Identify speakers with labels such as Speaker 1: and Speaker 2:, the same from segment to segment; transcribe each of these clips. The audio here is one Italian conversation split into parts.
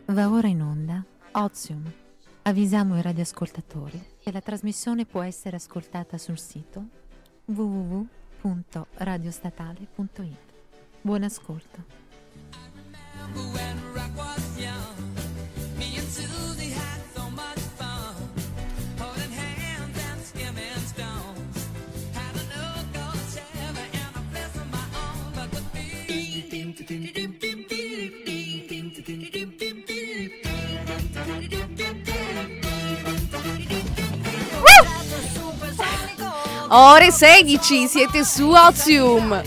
Speaker 1: Va ora in onda Ozium. Avvisiamo i radioascoltatori che la trasmissione può essere ascoltata sul sito www.radiostatale.it. Buon ascolto.
Speaker 2: Ore 16, siete su Ozium.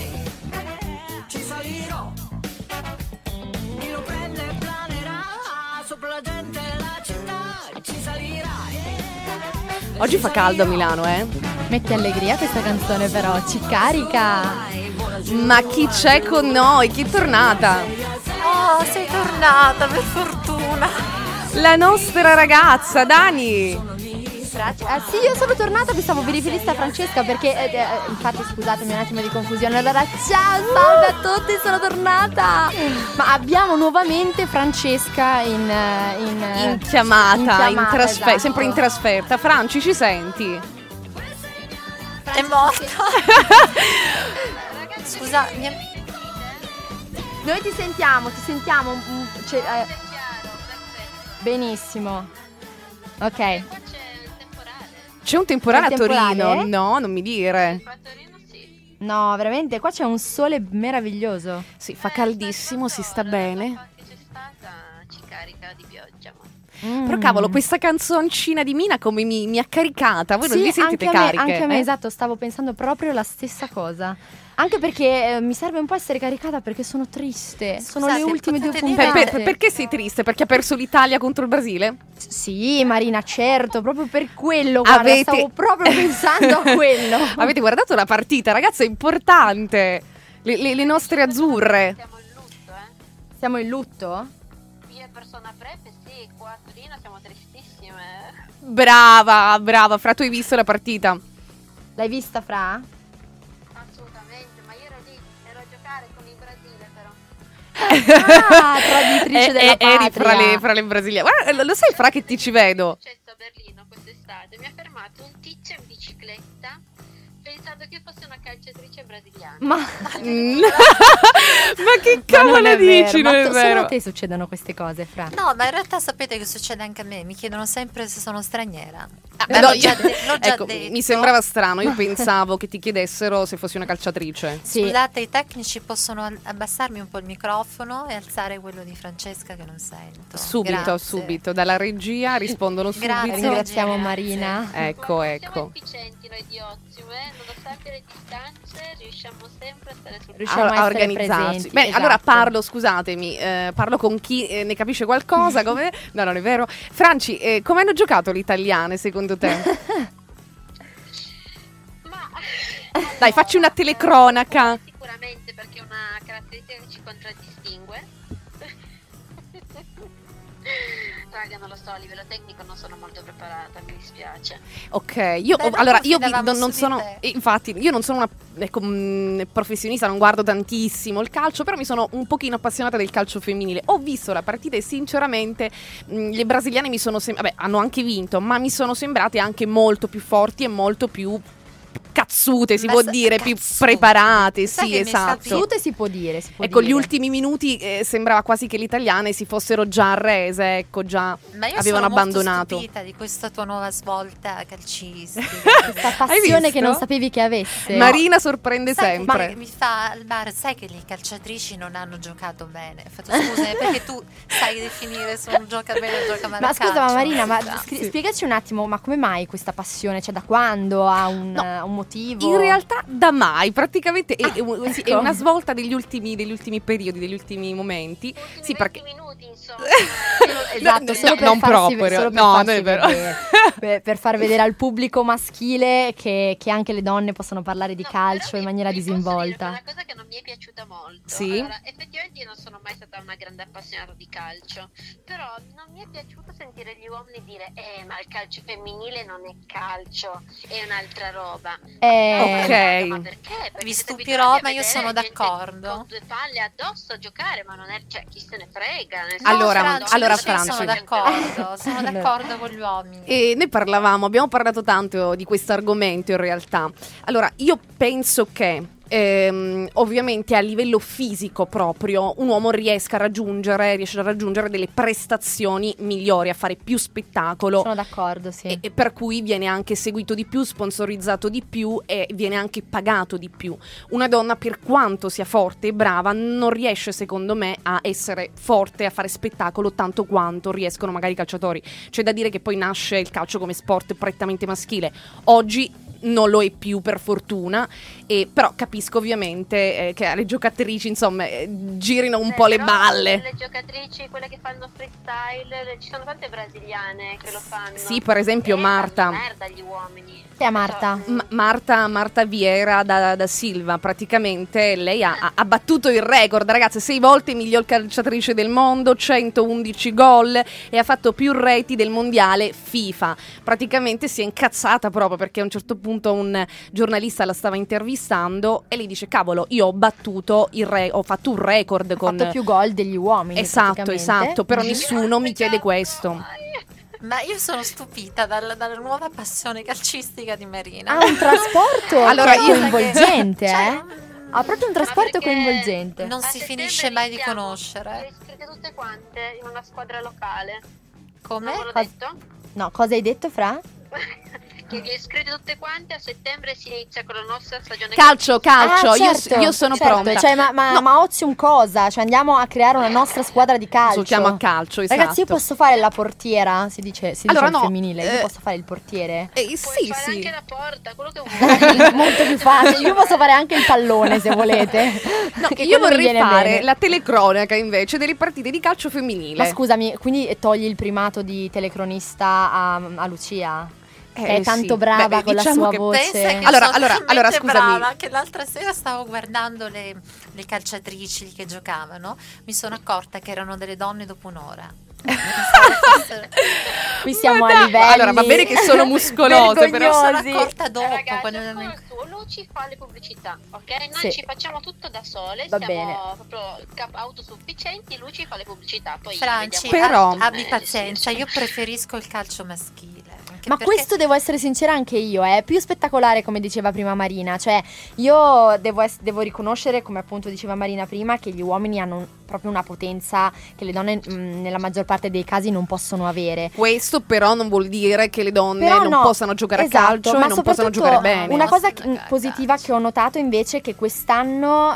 Speaker 2: Oggi fa caldo a Milano, eh?
Speaker 3: Metti allegria questa canzone, però ci carica.
Speaker 2: Ma chi c'è con noi? Chi è tornata?
Speaker 1: Oh, sei tornata, per fortuna.
Speaker 2: La nostra ragazza, Dani.
Speaker 3: Sì, io sono tornata, pensavo vi riferiste a Francesca perché infatti scusatemi un attimo di confusione. Allora ciao, salve a tutti, sono tornata. Ma abbiamo nuovamente Francesca in
Speaker 2: chiamata,
Speaker 3: esatto.
Speaker 2: sempre in trasferta. Franci, ci senti?
Speaker 1: È morta. Scusa,
Speaker 3: Noi ti sentiamo. Benissimo. Ok.
Speaker 2: C'è un temporale a
Speaker 3: temporale?
Speaker 2: Torino? No, non mi dire.
Speaker 3: No, veramente, qua c'è un sole meraviglioso.
Speaker 2: Sì, fa caldissimo, si sta bene.
Speaker 4: C'è stata, ci carica di pioggia.
Speaker 2: Però cavolo, questa canzoncina di Mina come mi ha caricata. Voi non vi sentite cariche?
Speaker 3: Anche a me, esatto, stavo pensando proprio la stessa cosa. Anche perché mi serve un po' essere caricata perché sono triste. Sono
Speaker 1: Scusate,
Speaker 3: le ultime 2
Speaker 1: potete
Speaker 3: puntate.
Speaker 2: Perché sei triste? Perché ha perso l'Italia contro il Brasile?
Speaker 3: Sì, Marina, certo, proprio per quello, guarda, stavo proprio pensando a quello.
Speaker 2: Avete guardato la partita, ragazza, è importante. Le nostre azzurre.
Speaker 4: Siamo in lutto,
Speaker 3: Siamo in lutto?
Speaker 4: Io persona prepe, sì, qua a Torino siamo tristissime.
Speaker 2: Brava. Fra, tu hai visto la partita?
Speaker 3: L'hai vista, Fra?
Speaker 4: Assolutamente, ma io ero lì, ero a giocare con il Brasile però.
Speaker 3: Ah, traditrice della
Speaker 2: eri
Speaker 3: patria.
Speaker 2: fra le brasiliane. Guarda, lo sai, Fra, che ti ci vedo?
Speaker 4: È successo a Berlino quest'estate, mi ha fermato un tizio in bicicletta pensando che fosse una calciatrice brasiliana.
Speaker 3: Ma
Speaker 2: Ma che cavolo dici? Non è
Speaker 3: Solo
Speaker 2: vero.
Speaker 3: a te succedono queste cose, Fra.
Speaker 1: No, ma in realtà sapete che succede anche a me. Mi chiedono sempre se sono straniera.
Speaker 2: No,
Speaker 1: L'ho già
Speaker 2: ecco,
Speaker 1: detto.
Speaker 2: mi sembrava strano. Io pensavo che ti chiedessero se fossi una calciatrice.
Speaker 3: Sì.
Speaker 1: Scusate, i tecnici possono abbassarmi un po' il microfono e alzare quello di Francesca che non sento. Grazie.
Speaker 2: Subito. Dalla regia rispondono subito.
Speaker 1: Grazie.
Speaker 3: Ringraziamo
Speaker 1: Grazie.
Speaker 3: Marina.
Speaker 2: Ecco.
Speaker 4: Siamo efficienti noi di Ozium, nonostante le distanze riusciamo sempre a stare sul
Speaker 3: Riusciamo a
Speaker 2: A
Speaker 3: essere
Speaker 2: organizzarsi.
Speaker 3: presenti,
Speaker 2: Beh,
Speaker 3: esatto.
Speaker 2: allora scusatemi, parlo con chi ne capisce qualcosa. Come... No, non è vero. Franci, come hanno giocato le italiane secondo te?
Speaker 4: Ma
Speaker 2: Dai, facci una telecronaca.
Speaker 4: sicuramente perché è una caratteristica che ci contraddistingue. Raga, non lo so, a livello tecnico non sono molto preparata, mi dispiace.
Speaker 2: Ok, io
Speaker 1: Beh,
Speaker 2: allora
Speaker 1: noi
Speaker 2: io
Speaker 1: confidavamo
Speaker 2: non
Speaker 1: su
Speaker 2: sono
Speaker 1: di te.
Speaker 2: infatti io non sono una professionista, non guardo tantissimo il calcio, però mi sono un pochino appassionata del calcio femminile. Ho visto la partita e sinceramente le brasiliane mi sono hanno anche vinto, ma mi sono sembrate anche molto più forti e molto più cazzute, si
Speaker 1: Ma
Speaker 2: può
Speaker 1: sa-
Speaker 2: dire, più
Speaker 1: cazzute.
Speaker 2: preparate,
Speaker 1: Sai
Speaker 2: sì,
Speaker 1: che mi sa
Speaker 2: esatto.
Speaker 1: di-
Speaker 3: Salute si può dire.
Speaker 2: Ecco, gli ultimi minuti sembrava quasi che le italiane si fossero già arrese, ecco, già
Speaker 1: Ma io
Speaker 2: avevano
Speaker 1: sono
Speaker 2: abbandonato.
Speaker 1: molto stupita di questa tua nuova svolta calcistica.
Speaker 3: Questa passione
Speaker 2: visto?
Speaker 3: che non sapevi che avesse.
Speaker 2: Marina sorprende
Speaker 1: Sai
Speaker 2: sempre.
Speaker 1: che mi fa al bar, sai che le calciatrici non hanno giocato bene. Ho fatto scusa, perché tu sai definire se uno gioca bene o gioca male.
Speaker 3: Ma
Speaker 1: a
Speaker 3: scusa,
Speaker 1: calcio,
Speaker 3: ma Marina, ma
Speaker 1: sa.
Speaker 3: spiegaci un attimo, ma come mai questa passione? Cioè, da quando? Ha un motivo?
Speaker 2: In realtà da mai, praticamente è
Speaker 3: ecco.
Speaker 2: una svolta degli ultimi periodi, degli ultimi momenti. Sì, perché
Speaker 4: minuti, insomma.
Speaker 3: Esatto,
Speaker 2: No,
Speaker 3: solo per
Speaker 2: non
Speaker 3: farsi,
Speaker 2: proprio.
Speaker 3: solo per
Speaker 2: No,
Speaker 3: farsi
Speaker 2: non è vero.
Speaker 3: vedere, per far vedere al pubblico maschile che anche le donne possono parlare di calcio in maniera
Speaker 4: Posso dire
Speaker 3: disinvolta.
Speaker 4: una cosa che non mi è piaciuta molto.
Speaker 2: Sì.
Speaker 4: Allora, effettivamente io non sono mai stata una grande appassionata di calcio, però non mi è piaciuto sentire gli uomini dire ma il calcio femminile non è calcio, è un'altra roba.
Speaker 2: Ok.
Speaker 4: Ma perché? Perché
Speaker 1: Vi
Speaker 4: siete
Speaker 1: stupirò,
Speaker 4: abituati a
Speaker 1: ma io
Speaker 4: vedere
Speaker 1: sono
Speaker 4: gente
Speaker 1: d'accordo.
Speaker 4: con 2 palle addosso a giocare, ma non è, cioè, chi se ne frega. nel
Speaker 2: Allora,
Speaker 4: senso,
Speaker 2: allora,
Speaker 1: invece io
Speaker 2: Franci.
Speaker 1: sono d'accordo, sono d'accordo con gli uomini.
Speaker 2: E ne abbiamo parlato tanto di questo argomento in realtà. Allora, io penso che ovviamente a livello fisico proprio un uomo riesce a raggiungere delle prestazioni migliori, a fare più spettacolo.
Speaker 3: Sono d'accordo, sì.
Speaker 2: E per cui viene anche seguito di più, sponsorizzato di più e viene anche pagato di più. Una donna, per quanto sia forte e brava, non riesce secondo me a essere forte, a fare spettacolo tanto quanto riescono magari i calciatori. C'è da dire che poi nasce il calcio come sport prettamente maschile. Oggi non lo è più, per fortuna, però capisco ovviamente che alle giocatrici insomma girino un po' le
Speaker 4: però
Speaker 2: balle.
Speaker 4: Le giocatrici, quelle che fanno freestyle, ci sono tante brasiliane che lo fanno.
Speaker 2: Sì, per esempio Marta.
Speaker 4: Merda gli uomini.
Speaker 3: Chi è Marta?
Speaker 2: Marta Vieira da Silva, praticamente lei ha battuto il record, ragazze, 6 volte miglior calciatrice del mondo, 111 gol e ha fatto più reti del mondiale FIFA. Praticamente si è incazzata proprio perché a un certo punto un giornalista la stava intervistando e lei dice: cavolo, io ho battuto ho fatto un record
Speaker 3: Ha
Speaker 2: con
Speaker 3: fatto più gol degli uomini.
Speaker 2: esatto, però
Speaker 3: praticamente.
Speaker 2: nessuno mi chiede questo.
Speaker 1: Ma io sono stupita dalla nuova passione calcistica di Marina.
Speaker 3: Ha un trasporto
Speaker 2: Allora, io-
Speaker 3: coinvolgente,
Speaker 1: Cioè,
Speaker 3: Ha proprio un trasporto
Speaker 4: perché
Speaker 3: coinvolgente.
Speaker 1: non
Speaker 4: a
Speaker 1: si
Speaker 4: settembre
Speaker 1: finisce mai di
Speaker 4: iniziamo.
Speaker 1: conoscere.
Speaker 4: Le iscritte tutte quante in una squadra locale.
Speaker 1: Come?
Speaker 4: Non ve l'ho
Speaker 3: Cosa-
Speaker 4: detto?
Speaker 3: No, cosa hai detto, Fra?
Speaker 4: Che vi iscritte tutte quante, a settembre si inizia con la nostra stagione
Speaker 2: Calcio,
Speaker 3: Ah,
Speaker 2: io-
Speaker 3: certo,
Speaker 2: io sono
Speaker 3: certo.
Speaker 2: pronta.
Speaker 3: Cioè,
Speaker 2: No.
Speaker 3: ma Ozium cosa? Cioè, andiamo a creare una nostra squadra di calcio.
Speaker 2: Giochiamo a calcio, esatto.
Speaker 3: Ragazzi, io posso fare la portiera, si dice
Speaker 2: Allora,
Speaker 3: al
Speaker 2: no,
Speaker 3: femminile. Io posso fare il portiere.
Speaker 4: Puoi
Speaker 2: Sì,
Speaker 4: fare
Speaker 2: sì.
Speaker 4: anche la porta, quello che vuoi.
Speaker 3: Molto più facile. Io posso fare anche il pallone se volete.
Speaker 2: No,
Speaker 3: Che
Speaker 2: io
Speaker 3: quello mi
Speaker 2: vorrei
Speaker 3: viene
Speaker 2: fare
Speaker 3: bene.
Speaker 2: la telecronaca invece delle partite di calcio femminile.
Speaker 3: Ma scusami, quindi togli il primato di telecronista a Lucia? Che è tanto
Speaker 2: sì.
Speaker 3: brava
Speaker 2: Beh,
Speaker 3: con
Speaker 2: diciamo
Speaker 3: la sua
Speaker 2: che
Speaker 3: voce.
Speaker 1: Pensa che
Speaker 2: Allora,
Speaker 1: sono
Speaker 2: allora,
Speaker 1: talmente
Speaker 2: scusami.
Speaker 1: brava che l'altra sera stavo guardando le calciatrici che giocavano, mi sono accorta che erano delle donne dopo un'ora.
Speaker 3: Qui siamo
Speaker 2: Ma
Speaker 3: a
Speaker 2: dai,
Speaker 3: livelli.
Speaker 2: allora, va bene che sono muscolose, però
Speaker 1: Mi sono
Speaker 3: vergognosi.
Speaker 1: accorta dopo.
Speaker 4: Ragazzi,
Speaker 1: quando-
Speaker 4: il suo Luci fa le pubblicità, ok? Noi
Speaker 3: Sì.
Speaker 4: ci facciamo tutto da sole,
Speaker 3: Va
Speaker 4: siamo
Speaker 3: bene.
Speaker 4: proprio autosufficienti, Luci fa le pubblicità, poi
Speaker 1: Franci,
Speaker 4: vediamo
Speaker 2: Però-
Speaker 4: tutto,
Speaker 1: abbi
Speaker 4: sì,
Speaker 1: pazienza,
Speaker 4: sì.
Speaker 1: io preferisco il calcio maschile. anche
Speaker 3: Ma
Speaker 1: perché-
Speaker 3: questo devo essere sincera anche io, è più spettacolare come diceva prima Marina, cioè io devo riconoscere, come appunto diceva Marina prima, che gli uomini hanno proprio una potenza che le donne nella maggior parte dei casi non possono avere.
Speaker 2: Questo però non vuol dire che le donne
Speaker 3: Però
Speaker 2: non
Speaker 3: no,
Speaker 2: possano giocare
Speaker 3: esatto,
Speaker 2: a calcio
Speaker 3: ma
Speaker 2: e non possano
Speaker 3: soprattutto
Speaker 2: giocare bene.
Speaker 3: Una cosa
Speaker 1: Possono giocare a
Speaker 3: positiva
Speaker 1: calcio.
Speaker 3: che ho notato invece è che quest'anno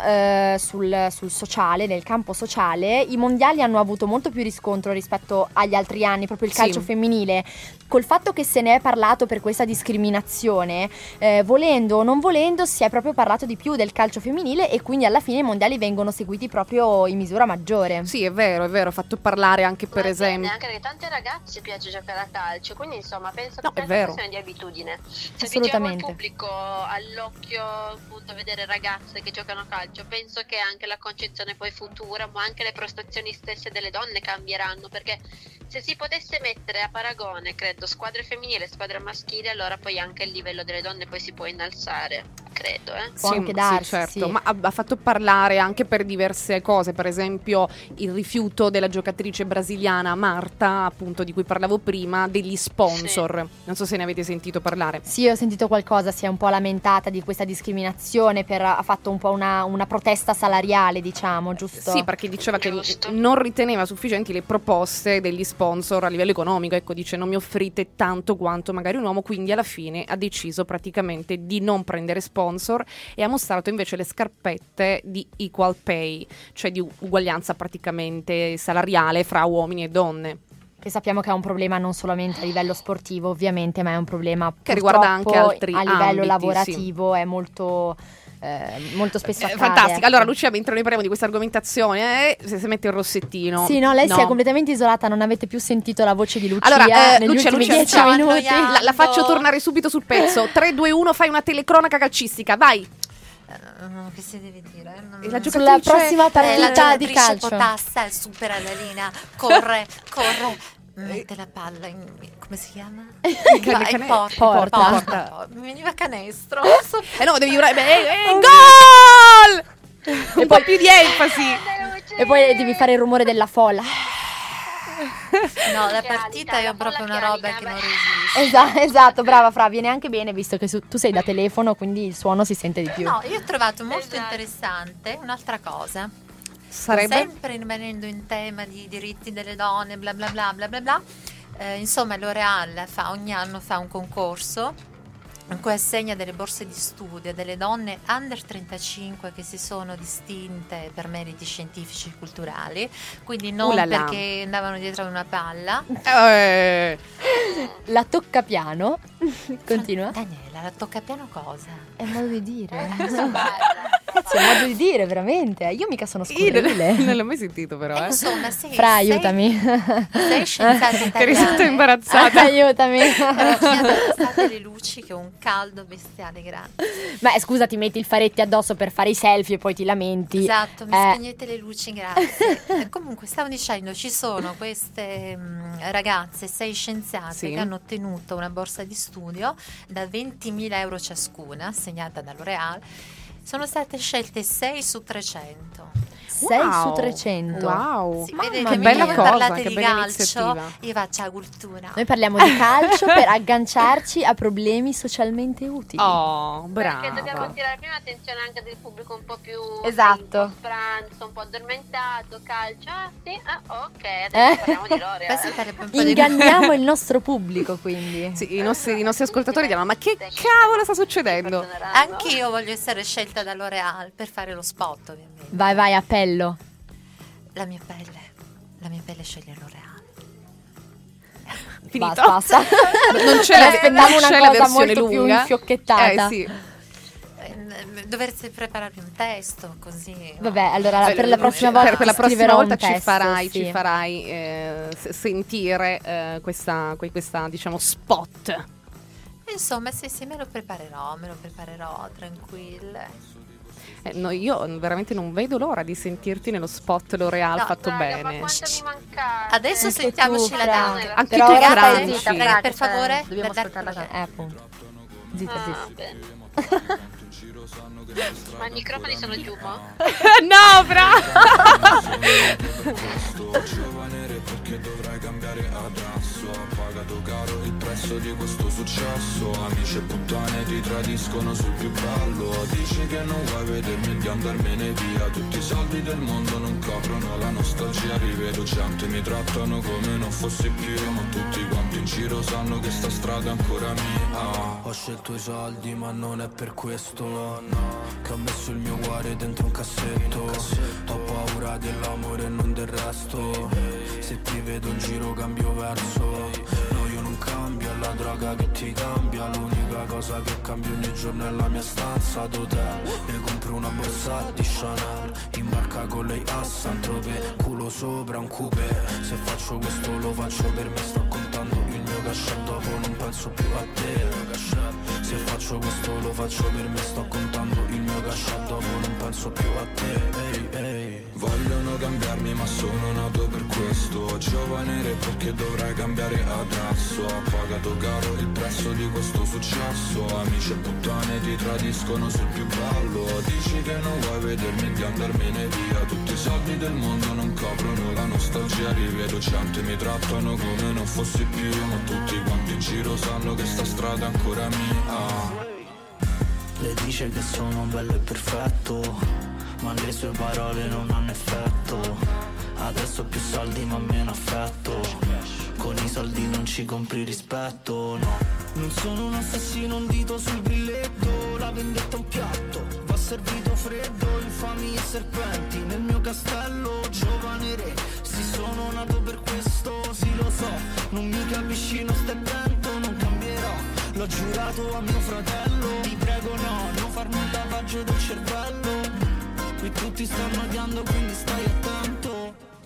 Speaker 3: sul sociale, nel campo sociale, i mondiali hanno avuto molto più riscontro rispetto agli altri anni, proprio il
Speaker 2: Sì.
Speaker 3: calcio femminile. Col fatto che se ne è parlato per questa discriminazione, volendo o non volendo, si è proprio parlato di più del calcio femminile e quindi alla fine i mondiali vengono seguiti proprio in misura maggiore.
Speaker 2: Sì, è vero, ho fatto parlare anche per
Speaker 4: Ma
Speaker 2: esempio.
Speaker 4: anche perché tante ragazze piace giocare a calcio, quindi insomma penso
Speaker 2: No,
Speaker 4: che
Speaker 2: è
Speaker 4: sia una
Speaker 2: vero.
Speaker 4: questione di abitudine. Se diciamo
Speaker 3: Assolutamente.
Speaker 4: al pubblico all'occhio appunto vedere ragazze che giocano a calcio, penso che anche la concezione poi futura, ma anche le prestazioni stesse delle donne cambieranno, perché se si potesse mettere a paragone, credo, squadre femminili e squadre maschili, allora poi anche il livello delle donne poi si può innalzare, credo,
Speaker 3: Può anche darsi,
Speaker 2: certo,
Speaker 3: sì.
Speaker 2: ma ha fatto parlare anche per diverse cose, per esempio il rifiuto della giocatrice brasiliana Marta, appunto di cui parlavo prima, degli sponsor. Non so se ne avete sentito parlare.
Speaker 3: Sì, ho sentito qualcosa, si è un po' lamentata di questa discriminazione, ha fatto un po' una protesta salariale, diciamo, giusto?
Speaker 2: Sì, perché diceva che
Speaker 4: Giusto.
Speaker 2: non riteneva sufficienti le proposte degli sponsor a livello economico. Ecco, dice non mi offrite tanto quanto magari un uomo, quindi alla fine ha deciso praticamente di non prendere sponsor e ha mostrato invece le scarpette di equal pay, cioè di uguaglianza praticamente salariale fra uomini e donne.
Speaker 3: Che sappiamo che è un problema non solamente a livello sportivo, ovviamente, ma è un problema
Speaker 2: Che riguarda
Speaker 3: purtroppo
Speaker 2: anche altri
Speaker 3: a livello
Speaker 2: ambiti,
Speaker 3: lavorativo, è molto spesso accade.
Speaker 2: Fantastica.
Speaker 3: ecco.
Speaker 2: Allora Lucia, mentre noi parliamo di questa argomentazione, se si mette il rossettino.
Speaker 3: Sì, no, lei si è
Speaker 2: No.
Speaker 3: completamente isolata, non avete più sentito la voce di Lucia
Speaker 2: Allora,
Speaker 3: negli
Speaker 2: Lucia,
Speaker 3: ultimi
Speaker 2: Lucia,
Speaker 3: 10
Speaker 1: stiamo
Speaker 3: minuti.
Speaker 1: annoiando.
Speaker 2: La faccio tornare subito sul pezzo. 3, 2, 1, fai una telecronaca calcistica, vai.
Speaker 1: Che si deve dire?
Speaker 2: E la
Speaker 3: Sulla prossima
Speaker 1: la
Speaker 3: partita di
Speaker 1: giocatrice
Speaker 3: calcio.
Speaker 1: potassa, supera la linea, corre, mette la palla in, come si chiama? In porta. Mi veniva canestro.
Speaker 2: No, devi urlare. Gol! Un po' più di enfasi.
Speaker 3: E poi devi fare il rumore della folla.
Speaker 1: No, la partita è proprio una roba che non resiste.
Speaker 3: Esatto, brava Fra, viene anche bene visto che tu sei da telefono, quindi il suono si sente di più.
Speaker 1: No, io ho trovato molto interessante un'altra cosa.
Speaker 2: Sarebbe?
Speaker 1: Sempre rimanendo in tema di diritti delle donne, bla bla bla bla bla bla. Insomma, L'Oréal ogni anno fa un concorso in cui assegna delle borse di studio a delle donne under 35 che si sono distinte per meriti scientifici e culturali, quindi non perché andavano dietro ad una palla.
Speaker 3: La tocca piano. Continua.
Speaker 1: Daniela, la tocca piano cosa?
Speaker 3: È un modo di dire. È un modo di dire, veramente. Io mica sono scurrile.
Speaker 2: Non l'ho mai sentito però.
Speaker 1: Insomma,
Speaker 3: Fra, aiutami.
Speaker 1: Sei scienziata italiana.
Speaker 2: Che risulta imbarazzata.
Speaker 3: Aiutami.
Speaker 1: State le luci che ho un caldo bestiale grande.
Speaker 3: Ma scusa, ti metti il faretti addosso per fare i selfie e poi ti lamenti.
Speaker 1: Esatto, mi spegnete le luci, grazie. Comunque stavo dicendo, ci sono queste ragazze, 6 scienziate che hanno ottenuto una borsa di studio da 20.000 euro ciascuna, assegnata da L'Oréal. Sono state scelte 6 su 300.
Speaker 3: 6 su 300.
Speaker 2: Wow.
Speaker 1: Sì,
Speaker 2: Mamma,
Speaker 1: vedete,
Speaker 2: che bella cosa,
Speaker 1: parlate
Speaker 2: che
Speaker 1: di
Speaker 2: bella
Speaker 1: calcio,
Speaker 2: iniziativa.
Speaker 1: io faccio la cultura.
Speaker 3: Noi parliamo di calcio per agganciarci a problemi socialmente utili.
Speaker 2: Oh,
Speaker 4: Perché dobbiamo
Speaker 2: brava.
Speaker 4: tirare prima attenzione anche del pubblico un po' più
Speaker 3: Esatto.
Speaker 4: un po' sfranto, un po' addormentato, calcio. Ah sì, ok, adesso parliamo di L'Oréal.
Speaker 1: Questo sarebbe un po' di-
Speaker 3: Inganniamo il nostro pubblico, quindi.
Speaker 2: Sì, i nostri ascoltatori diranno: ma che cavolo sta succedendo?
Speaker 1: Anch'io voglio essere scelta da L'Oréal per fare lo spot, ovviamente.
Speaker 3: Vai, appello.
Speaker 1: La mia pelle sceglie L'Oréal.
Speaker 2: Finito?
Speaker 3: Basta.
Speaker 2: Non c'è la,
Speaker 3: Aspettavo
Speaker 2: non
Speaker 3: una
Speaker 2: c'è la
Speaker 3: cosa
Speaker 2: versione
Speaker 3: molto più
Speaker 2: lunga.
Speaker 3: infiocchettata.
Speaker 2: Sì.
Speaker 1: Doversi preparare un testo così.
Speaker 3: Vabbè, allora per la prossima volta
Speaker 2: Per la prossima
Speaker 3: scriverò
Speaker 2: volta
Speaker 3: un testo, sì.
Speaker 2: ci farai sentire questa diciamo spot.
Speaker 1: Insomma, sì, me lo preparerò tranquille.
Speaker 2: No, io veramente non vedo l'ora di sentirti nello spot L'Oréal fatto
Speaker 4: Ma
Speaker 2: bene.
Speaker 4: quanto mi mancate?
Speaker 1: Adesso
Speaker 3: Anche
Speaker 1: sentiamoci
Speaker 3: tu,
Speaker 1: la
Speaker 3: Fra.
Speaker 1: data.
Speaker 2: Anche
Speaker 3: Però
Speaker 2: tu,
Speaker 3: ora
Speaker 2: Fra.
Speaker 3: stai zitta,
Speaker 1: Raga,
Speaker 3: Fra,
Speaker 1: per favore,
Speaker 3: dobbiamo
Speaker 1: da-
Speaker 3: ascoltarla. Appunto. Zitta.
Speaker 4: Bene. Ma i microfoni sono giù, mo?
Speaker 2: No, bravo!
Speaker 5: Perché dovrai cambiare adesso? Ho pagato caro il prezzo di questo successo. Amici e puttane ti tradiscono sul più bello. Dici che non vuoi vedermi e di andarmene via. Tutti i soldi del mondo non coprono la nostalgia. Rivedo gente, mi trattano come non fossi più. Ma tutti quanti in giro sanno che sta strada è ancora mia. Ho scelto i soldi ma non è per questo, no. Che ho messo il mio cuore dentro un cassetto. Ho paura dell'amore e non del resto. Se ti vedo in giro cambio verso. No, io non cambio, è la droga che ti cambia. L'unica cosa che cambio ogni giorno è la mia stanza d'hotel. Mi compro una borsa di Chanel, in barca con lei a Saint-Tropez, culo sopra un coupé. Se faccio questo lo faccio per me, sto contando il mio cachet, dopo non penso più a te. Se faccio questo lo faccio per me, sto contando il mio cachet, dopo non penso più a te. Vogliono cambiarmi ma sono nato per questo. Giovane re perché dovrai cambiare adesso. Ho pagato caro il prezzo di questo successo. Amici e puttane ti tradiscono sul più bello. Dici che non vuoi vedermi e di andarmene via. Tutti i soldi del mondo non coprono la nostalgia. Rivedo gente, mi trattano come non fossi più. Ma tutti quanti in giro sanno che sta strada è ancora mia. Le dice che sono bello e perfetto, ma le sue parole non hanno effetto. Adesso più soldi ma meno affetto. Con i soldi non ci compri rispetto, no. Non sono un assassino, un dito sul grilletto. La vendetta è un piatto, va servito freddo. Infami e serpenti nel mio castello. Giovane re, sì sono nato per questo. Sì lo so, non mi capisci, non stai attento. Non cambierò, l'ho giurato a mio fratello. Ti prego no, non farmi un lavaggio del cervello. Qui tutti stanno odiando quindi stai attento.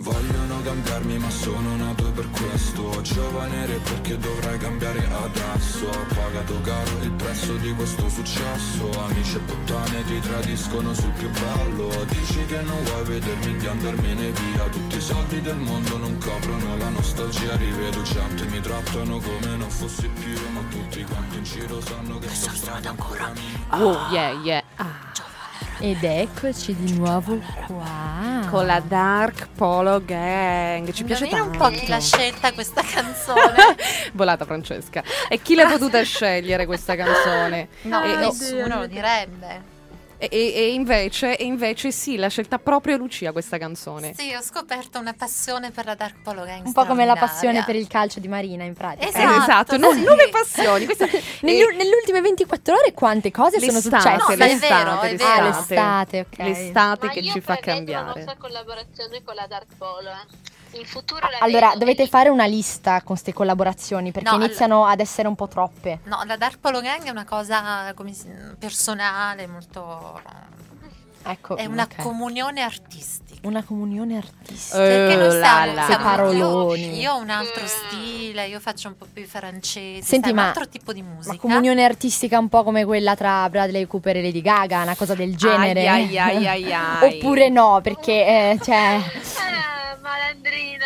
Speaker 5: Vogliono cambiarmi ma sono nato per questo. Giovane re perché dovrai cambiare adesso. Ho pagato caro il prezzo di questo successo. Amici e puttane ti tradiscono sul più bello. Dici che non vuoi vedermi di andarmene via. Tutti i soldi del mondo non coprono la nostalgia. Rivedo gente, mi trattano come non fossi più. Ma tutti quanti in giro sanno che sono stato ancora mio.
Speaker 2: Oh yeah.
Speaker 3: Ed eccoci di nuovo qua
Speaker 2: Con la Dark Polo Gang. Ci piace
Speaker 1: Indovina
Speaker 2: tanto.
Speaker 1: un po' chi l'ha scelta questa canzone.
Speaker 2: Volata Francesca. E chi l'ha potuta scegliere questa canzone?
Speaker 1: No,
Speaker 2: E-
Speaker 1: nessuno lo direbbe.
Speaker 2: E invece sì, l'ha scelta proprio Lucia questa canzone.
Speaker 1: Sì, ho scoperto una passione per la Dark Polo Gang.
Speaker 3: un po' come la
Speaker 1: straordinaria.
Speaker 3: passione per il calcio di Marina, in pratica.
Speaker 1: Esatto,
Speaker 2: no,
Speaker 1: sì.
Speaker 2: 9 passioni. Questa-
Speaker 3: Nelle ultime 24 ore quante cose sono
Speaker 2: L'estate,
Speaker 3: successe?
Speaker 1: No, è vero, è vero.
Speaker 3: L'estate, ok.
Speaker 2: L'estate
Speaker 4: Ma
Speaker 2: che
Speaker 4: io
Speaker 2: ci fa
Speaker 4: prevedo
Speaker 2: cambiare.
Speaker 4: una nostra collaborazione con la Dark Polo. In futuro la
Speaker 3: Allora,
Speaker 4: vedo
Speaker 3: dovete
Speaker 4: lì.
Speaker 3: fare una lista con queste collaborazioni perché
Speaker 1: No,
Speaker 3: iniziano ad essere un po' troppe.
Speaker 1: No, la Dark Polo Gang è una cosa personale, molto...
Speaker 3: Ecco,
Speaker 1: È una
Speaker 3: ok.
Speaker 1: comunione artistica.
Speaker 3: Una comunione artistica.
Speaker 1: Perché noi siamo,
Speaker 2: là.
Speaker 3: Che paroloni.
Speaker 1: Io ho un altro stile, io faccio un po' più francese,
Speaker 3: Senti,
Speaker 1: sai, un
Speaker 3: ma-
Speaker 1: altro tipo di musica.
Speaker 3: Ma comunione artistica un po' come quella tra Bradley Cooper e Lady Gaga, una cosa del genere.
Speaker 2: Ai.
Speaker 3: Oppure no, perché cioè
Speaker 4: Malandrina.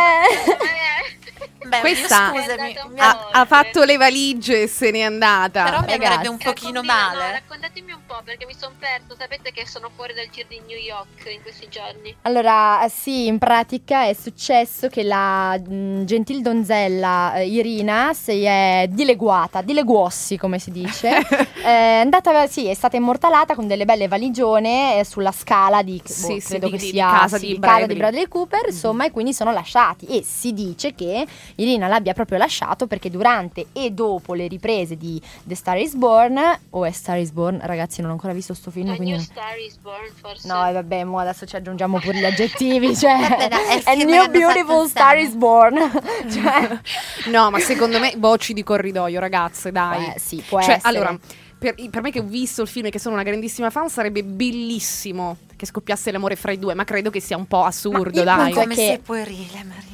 Speaker 1: Beh,
Speaker 2: Questa-
Speaker 1: io, scusami,
Speaker 2: Ha fatto le valigie e se n'è andata.
Speaker 1: però mi
Speaker 3: ragazzi.
Speaker 1: andrebbe un pochino male.
Speaker 4: Raccontatemi un po' perché mi sono perso. Sapete che sono fuori dal giro di New York in questi giorni.
Speaker 3: allora, sì, in pratica è successo che la gentil donzella Irina si è dileguossi come si dice. È andata, sì, è stata immortalata con delle belle valigione sulla scala di
Speaker 2: Sì,
Speaker 3: credo che
Speaker 2: di
Speaker 3: sia
Speaker 2: casa
Speaker 3: sì,
Speaker 2: di
Speaker 3: casa
Speaker 2: Bradley.
Speaker 3: di Bradley Cooper, insomma, e quindi sono lasciati e si dice che Irina l'abbia proprio lasciato perché durante e dopo le riprese di The Star is Born o A Star is Born, ragazzi, non ho ancora visto sto film,
Speaker 4: A
Speaker 3: quindi
Speaker 4: New Star is Born, forse.
Speaker 3: no, e vabbè, mo adesso ci aggiungiamo pure gli aggettivi, cioè
Speaker 1: Vabbè, dai, è il
Speaker 3: A
Speaker 1: film
Speaker 3: New
Speaker 1: che hanno
Speaker 3: Beautiful
Speaker 1: fatto
Speaker 3: Star
Speaker 1: insieme.
Speaker 3: is Born. Cioè,
Speaker 2: No, ma secondo me voci di corridoio, ragazze, dai.
Speaker 3: sì, può
Speaker 2: Cioè,
Speaker 3: essere.
Speaker 2: allora, per me che ho visto il film e che sono una grandissima fan, sarebbe bellissimo che scoppiasse l'amore fra i due, ma credo che sia un po' assurdo,
Speaker 3: il
Speaker 2: dai.
Speaker 3: punto è
Speaker 1: Come
Speaker 3: che-
Speaker 1: sei puerile, Marina.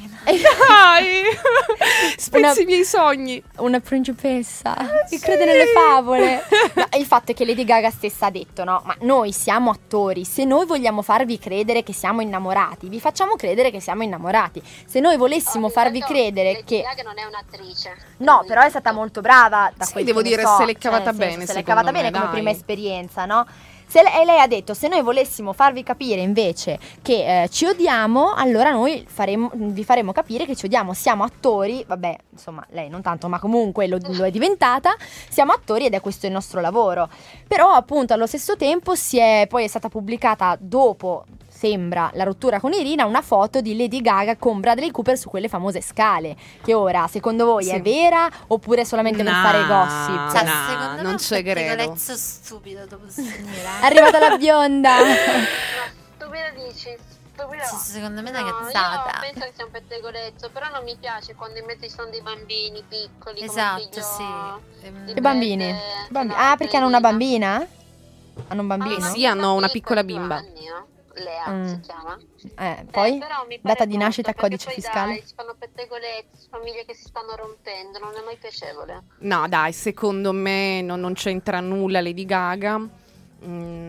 Speaker 2: Dai! Spezzi i miei sogni.
Speaker 3: Una principessa che crede nelle favole. No, il fatto è che Lady Gaga stessa ha detto, no, ma noi siamo attori, se noi vogliamo farvi credere che siamo innamorati, vi facciamo credere che siamo innamorati. Se noi volessimo farvi credere
Speaker 4: Lady
Speaker 3: che
Speaker 4: Gaga non è un'attrice.
Speaker 3: no, però è stata molto brava da
Speaker 2: Sì,
Speaker 3: quel
Speaker 2: devo
Speaker 3: che ne
Speaker 2: dire,
Speaker 3: so.
Speaker 2: se l'è cavata
Speaker 3: Cioè, nel
Speaker 2: bene,
Speaker 3: senso, se l'è
Speaker 2: secondo
Speaker 3: cavata bene
Speaker 2: me,
Speaker 3: come
Speaker 2: dai.
Speaker 3: prima esperienza, no? E lei ha detto, se noi volessimo farvi capire invece che ci odiamo, allora noi vi faremo capire che ci odiamo, siamo attori, vabbè, insomma, lei non tanto, ma comunque lo è diventata, siamo attori ed è questo il nostro lavoro. Però appunto allo stesso tempo poi è stata pubblicata dopo, sembra, la rottura con Irina, una foto di Lady Gaga con Bradley Cooper su quelle famose scale, che ora, secondo voi,
Speaker 2: Sì.
Speaker 3: è vera oppure solamente per
Speaker 2: No.
Speaker 3: fare gossip?
Speaker 1: Cioè,
Speaker 2: no,
Speaker 1: secondo me
Speaker 2: non
Speaker 1: un
Speaker 2: ci credo.
Speaker 1: pettegolezzo stupido dopo finire.
Speaker 3: È arrivata la bionda.
Speaker 4: Stupido dici? Stupido.
Speaker 1: Sì, secondo me è una
Speaker 4: No,
Speaker 1: cazzata.
Speaker 4: io penso che sia un pettegolezzo, però non mi piace quando in mezzo ci sono dei bambini piccoli.
Speaker 1: Esatto,
Speaker 4: come il
Speaker 1: sì.
Speaker 4: figlio di
Speaker 3: Che bambini?
Speaker 4: Brad,
Speaker 3: Bambi-
Speaker 4: no,
Speaker 3: ah, perché hanno una
Speaker 4: Irina.
Speaker 3: bambina? Hanno un bambino?
Speaker 2: Sì, hanno una piccola
Speaker 4: di
Speaker 2: bimba.
Speaker 4: 2 anni, no? Lea
Speaker 3: Mm.
Speaker 4: si chiama.
Speaker 3: Poi?
Speaker 4: Però mi pare
Speaker 3: Data di
Speaker 4: brutto,
Speaker 3: nascita,
Speaker 4: perché
Speaker 3: codice
Speaker 4: poi,
Speaker 3: fiscale?
Speaker 4: Dai, si fanno pettegolezzi, famiglie che si stanno rompendo, non è mai piacevole.
Speaker 2: No, dai, secondo me non c'entra nulla Lady Gaga. È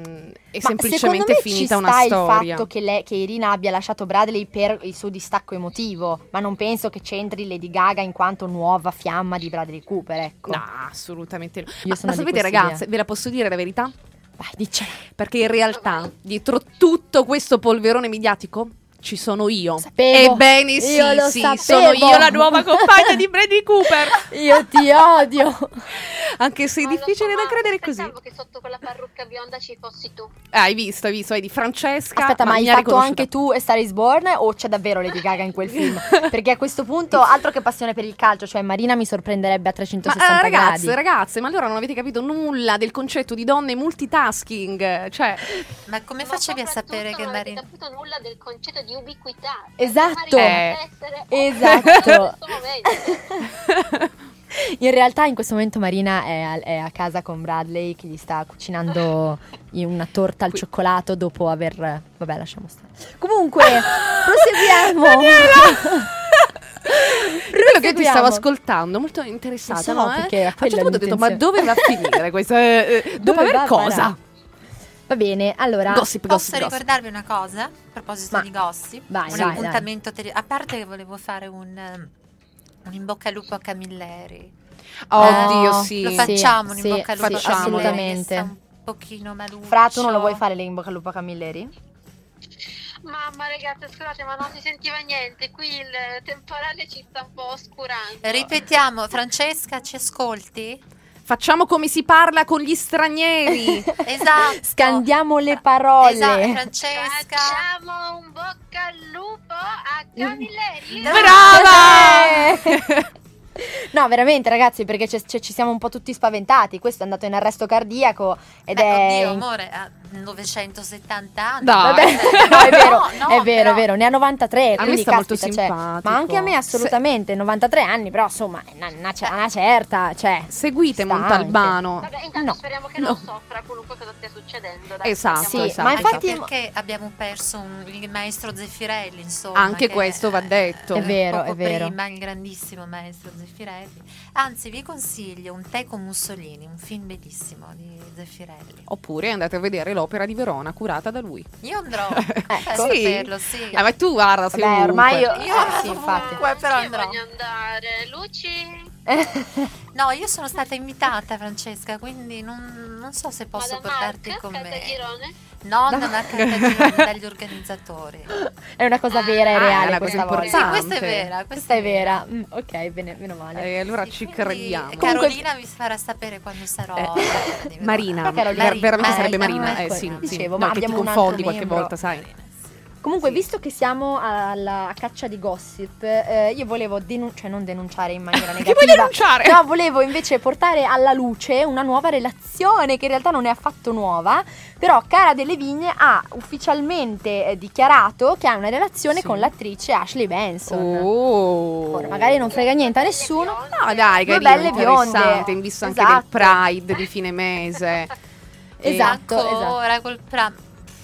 Speaker 3: Ma
Speaker 2: semplicemente
Speaker 3: secondo me
Speaker 2: finita
Speaker 3: ci
Speaker 2: una
Speaker 3: sta
Speaker 2: storia.
Speaker 3: il fatto che Irina abbia lasciato Bradley per il suo distacco emotivo, ma non penso che c'entri Lady Gaga in quanto nuova fiamma di Bradley Cooper, ecco.
Speaker 2: No, assolutamente no.
Speaker 3: Io
Speaker 2: Ma
Speaker 3: sono di
Speaker 2: sapete,
Speaker 3: quest'idea.
Speaker 2: ragazze, ve la posso dire la verità?
Speaker 3: Vai, diccela.
Speaker 2: Perché in realtà, dietro tutto questo polverone mediatico, ci sono io.
Speaker 3: Sapevo.
Speaker 2: Ebbene sì,
Speaker 3: Io lo
Speaker 2: sì,
Speaker 3: sapevo.
Speaker 2: sono io la nuova compagna di Bradley Cooper.
Speaker 3: Io ti odio.
Speaker 2: Anche se è
Speaker 4: Non lo
Speaker 2: difficile
Speaker 4: so,
Speaker 2: da
Speaker 4: ma
Speaker 2: credere così.
Speaker 4: Pensavo che sotto quella parrucca bionda ci fossi tu.
Speaker 2: Hai visto, vedi, Francesca.
Speaker 3: Aspetta, ma hai
Speaker 2: mi ha
Speaker 3: fatto
Speaker 2: riconosciuta.
Speaker 3: anche tu A Star is Born o c'è davvero Lady Gaga in quel film? Perché a questo punto, altro che passione per il calcio, cioè Marina mi sorprenderebbe a 360 gradi.
Speaker 2: Ragazze, ma allora non avete capito nulla del concetto di donne multitasking? Cioè,
Speaker 1: Ma come
Speaker 4: Ma
Speaker 1: facevi a
Speaker 4: soprattutto
Speaker 1: sapere che
Speaker 4: non avete
Speaker 1: Marina...
Speaker 4: capito nulla del concetto di ubiquità.
Speaker 3: Esatto.
Speaker 4: Marina deve essere
Speaker 3: Esatto.
Speaker 4: in questo momento.
Speaker 3: In realtà in questo momento Marina è a casa con Bradley che gli sta cucinando una torta al cioccolato dopo aver... Vabbè, lasciamo stare. Comunque, proseguiamo.
Speaker 2: Quello che ti stavo ascoltando, molto interessata,
Speaker 3: So,
Speaker 2: no?
Speaker 3: perché
Speaker 2: A un certo punto ho detto, ma dove va a finire questa? Dopo
Speaker 3: Dove
Speaker 2: aver
Speaker 3: va a
Speaker 2: cosa?
Speaker 3: parare? Va bene, allora...
Speaker 1: Posso ricordarvi una cosa? A proposito di gossip?
Speaker 3: Vai,
Speaker 1: un
Speaker 3: vai,
Speaker 1: appuntamento a parte che volevo fare un in bocca al lupo a Camilleri.
Speaker 2: Oddio, sì.
Speaker 1: Lo facciamo un
Speaker 3: sì,
Speaker 1: in bocca al lupo a Camilleri,
Speaker 3: assolutamente.
Speaker 1: che sta un pochino maluccio.
Speaker 3: Fra, tu non lo vuoi fare in bocca al lupo a Camilleri?
Speaker 4: Mamma ragazzi, scusate, ma non si sentiva niente. Qui il temporale ci sta un po' oscurando.
Speaker 1: Ripetiamo, Francesca, ci ascolti?
Speaker 2: Facciamo come si parla con gli stranieri.
Speaker 1: Esatto.
Speaker 3: Scandiamo le parole.
Speaker 1: Esatto, Francesca.
Speaker 4: Facciamo un bocca al lupo a Camilleri.
Speaker 2: Brava!
Speaker 3: No, veramente ragazzi, perché ci siamo un po' tutti spaventati. Questo è andato in arresto cardiaco ed è...
Speaker 1: Oddio, amore, ha 970 anni.
Speaker 2: Dai.
Speaker 3: Vabbè, no, è vero,
Speaker 1: No,
Speaker 3: è vero,
Speaker 1: però-
Speaker 3: è vero, ne ha 93,
Speaker 2: A
Speaker 3: quindi
Speaker 2: me sta molto
Speaker 3: caspita, cioè,
Speaker 2: simpatico.
Speaker 3: ma anche a me assolutamente, 93 anni, però insomma, una certa, cioè,
Speaker 2: Seguite
Speaker 3: sta
Speaker 2: Montalbano.
Speaker 4: Vabbè, intanto
Speaker 3: No.
Speaker 4: speriamo che non soffra qualunque cosa stia succedendo. Dai,
Speaker 2: Esatto,
Speaker 3: Sì,
Speaker 2: esatto.
Speaker 3: ma
Speaker 1: Anche
Speaker 3: infatti-
Speaker 1: perché abbiamo perso il maestro Zeffirelli, insomma.
Speaker 2: Anche
Speaker 1: che,
Speaker 2: questo va detto.
Speaker 3: È vero,
Speaker 1: poco
Speaker 3: è vero.
Speaker 1: prima, il grandissimo maestro Zeffirelli. Anzi, vi consiglio Un tè con Mussolini, un film bellissimo di Zeffirelli.
Speaker 2: Oppure andate a vedere l'opera di Verona curata da lui.
Speaker 1: Io andrò a
Speaker 2: Sì?
Speaker 1: saperlo, sì.
Speaker 2: Ma tu guarda, sei
Speaker 3: vabbè,
Speaker 2: ovunque.
Speaker 3: ormai io
Speaker 1: Io
Speaker 3: sì, infatti.
Speaker 1: ovunque, però
Speaker 4: Io
Speaker 1: andrò.
Speaker 4: voglio andare. Luci?
Speaker 1: No, io sono stata invitata, Francesca, quindi non so se posso
Speaker 4: Ma da
Speaker 1: portarti
Speaker 4: Mark,
Speaker 1: con me.
Speaker 4: Caltagirone?
Speaker 1: No, non a Caltagirone, dagli organizzatori.
Speaker 3: È una cosa vera e
Speaker 2: è
Speaker 3: reale
Speaker 2: una
Speaker 3: questa
Speaker 2: cosa
Speaker 3: volta.
Speaker 1: Sì,
Speaker 2: importante.
Speaker 1: questa è vera.
Speaker 3: Questa è vera. Ok, bene, meno male.
Speaker 2: E allora
Speaker 1: Sì,
Speaker 2: ci
Speaker 1: quindi
Speaker 2: crediamo.
Speaker 1: Carolina vi farà sapere quando sarò.
Speaker 2: Marina,
Speaker 3: Però Carolina-
Speaker 2: veramente sarebbe
Speaker 3: Marina,
Speaker 2: Marina.
Speaker 3: ecco,
Speaker 2: Sì, sì.
Speaker 3: dicevo,
Speaker 2: No,
Speaker 3: ma
Speaker 2: che ti
Speaker 3: abbiamo un
Speaker 2: confondi
Speaker 3: altro
Speaker 2: qualche
Speaker 3: membro.
Speaker 2: volta, sai.
Speaker 3: Comunque,
Speaker 2: Sì.
Speaker 3: visto che siamo a caccia di gossip, io volevo non denunciare in maniera
Speaker 2: Che
Speaker 3: negativa.
Speaker 2: vuoi denunciare?
Speaker 3: No, volevo invece portare alla luce una nuova relazione che in realtà non è affatto nuova, però Cara Delevingne ha ufficialmente dichiarato che ha una relazione
Speaker 2: Sì.
Speaker 3: con l'attrice Ashley Benson.
Speaker 2: Oh.
Speaker 3: Ora, magari non frega niente a nessuno.
Speaker 2: No, dai,
Speaker 3: Due
Speaker 2: carino,
Speaker 3: belle bionde.
Speaker 2: interessante, in vista anche
Speaker 3: Esatto.
Speaker 2: del Pride di fine mese.
Speaker 3: Esatto,
Speaker 1: Ancora col pram.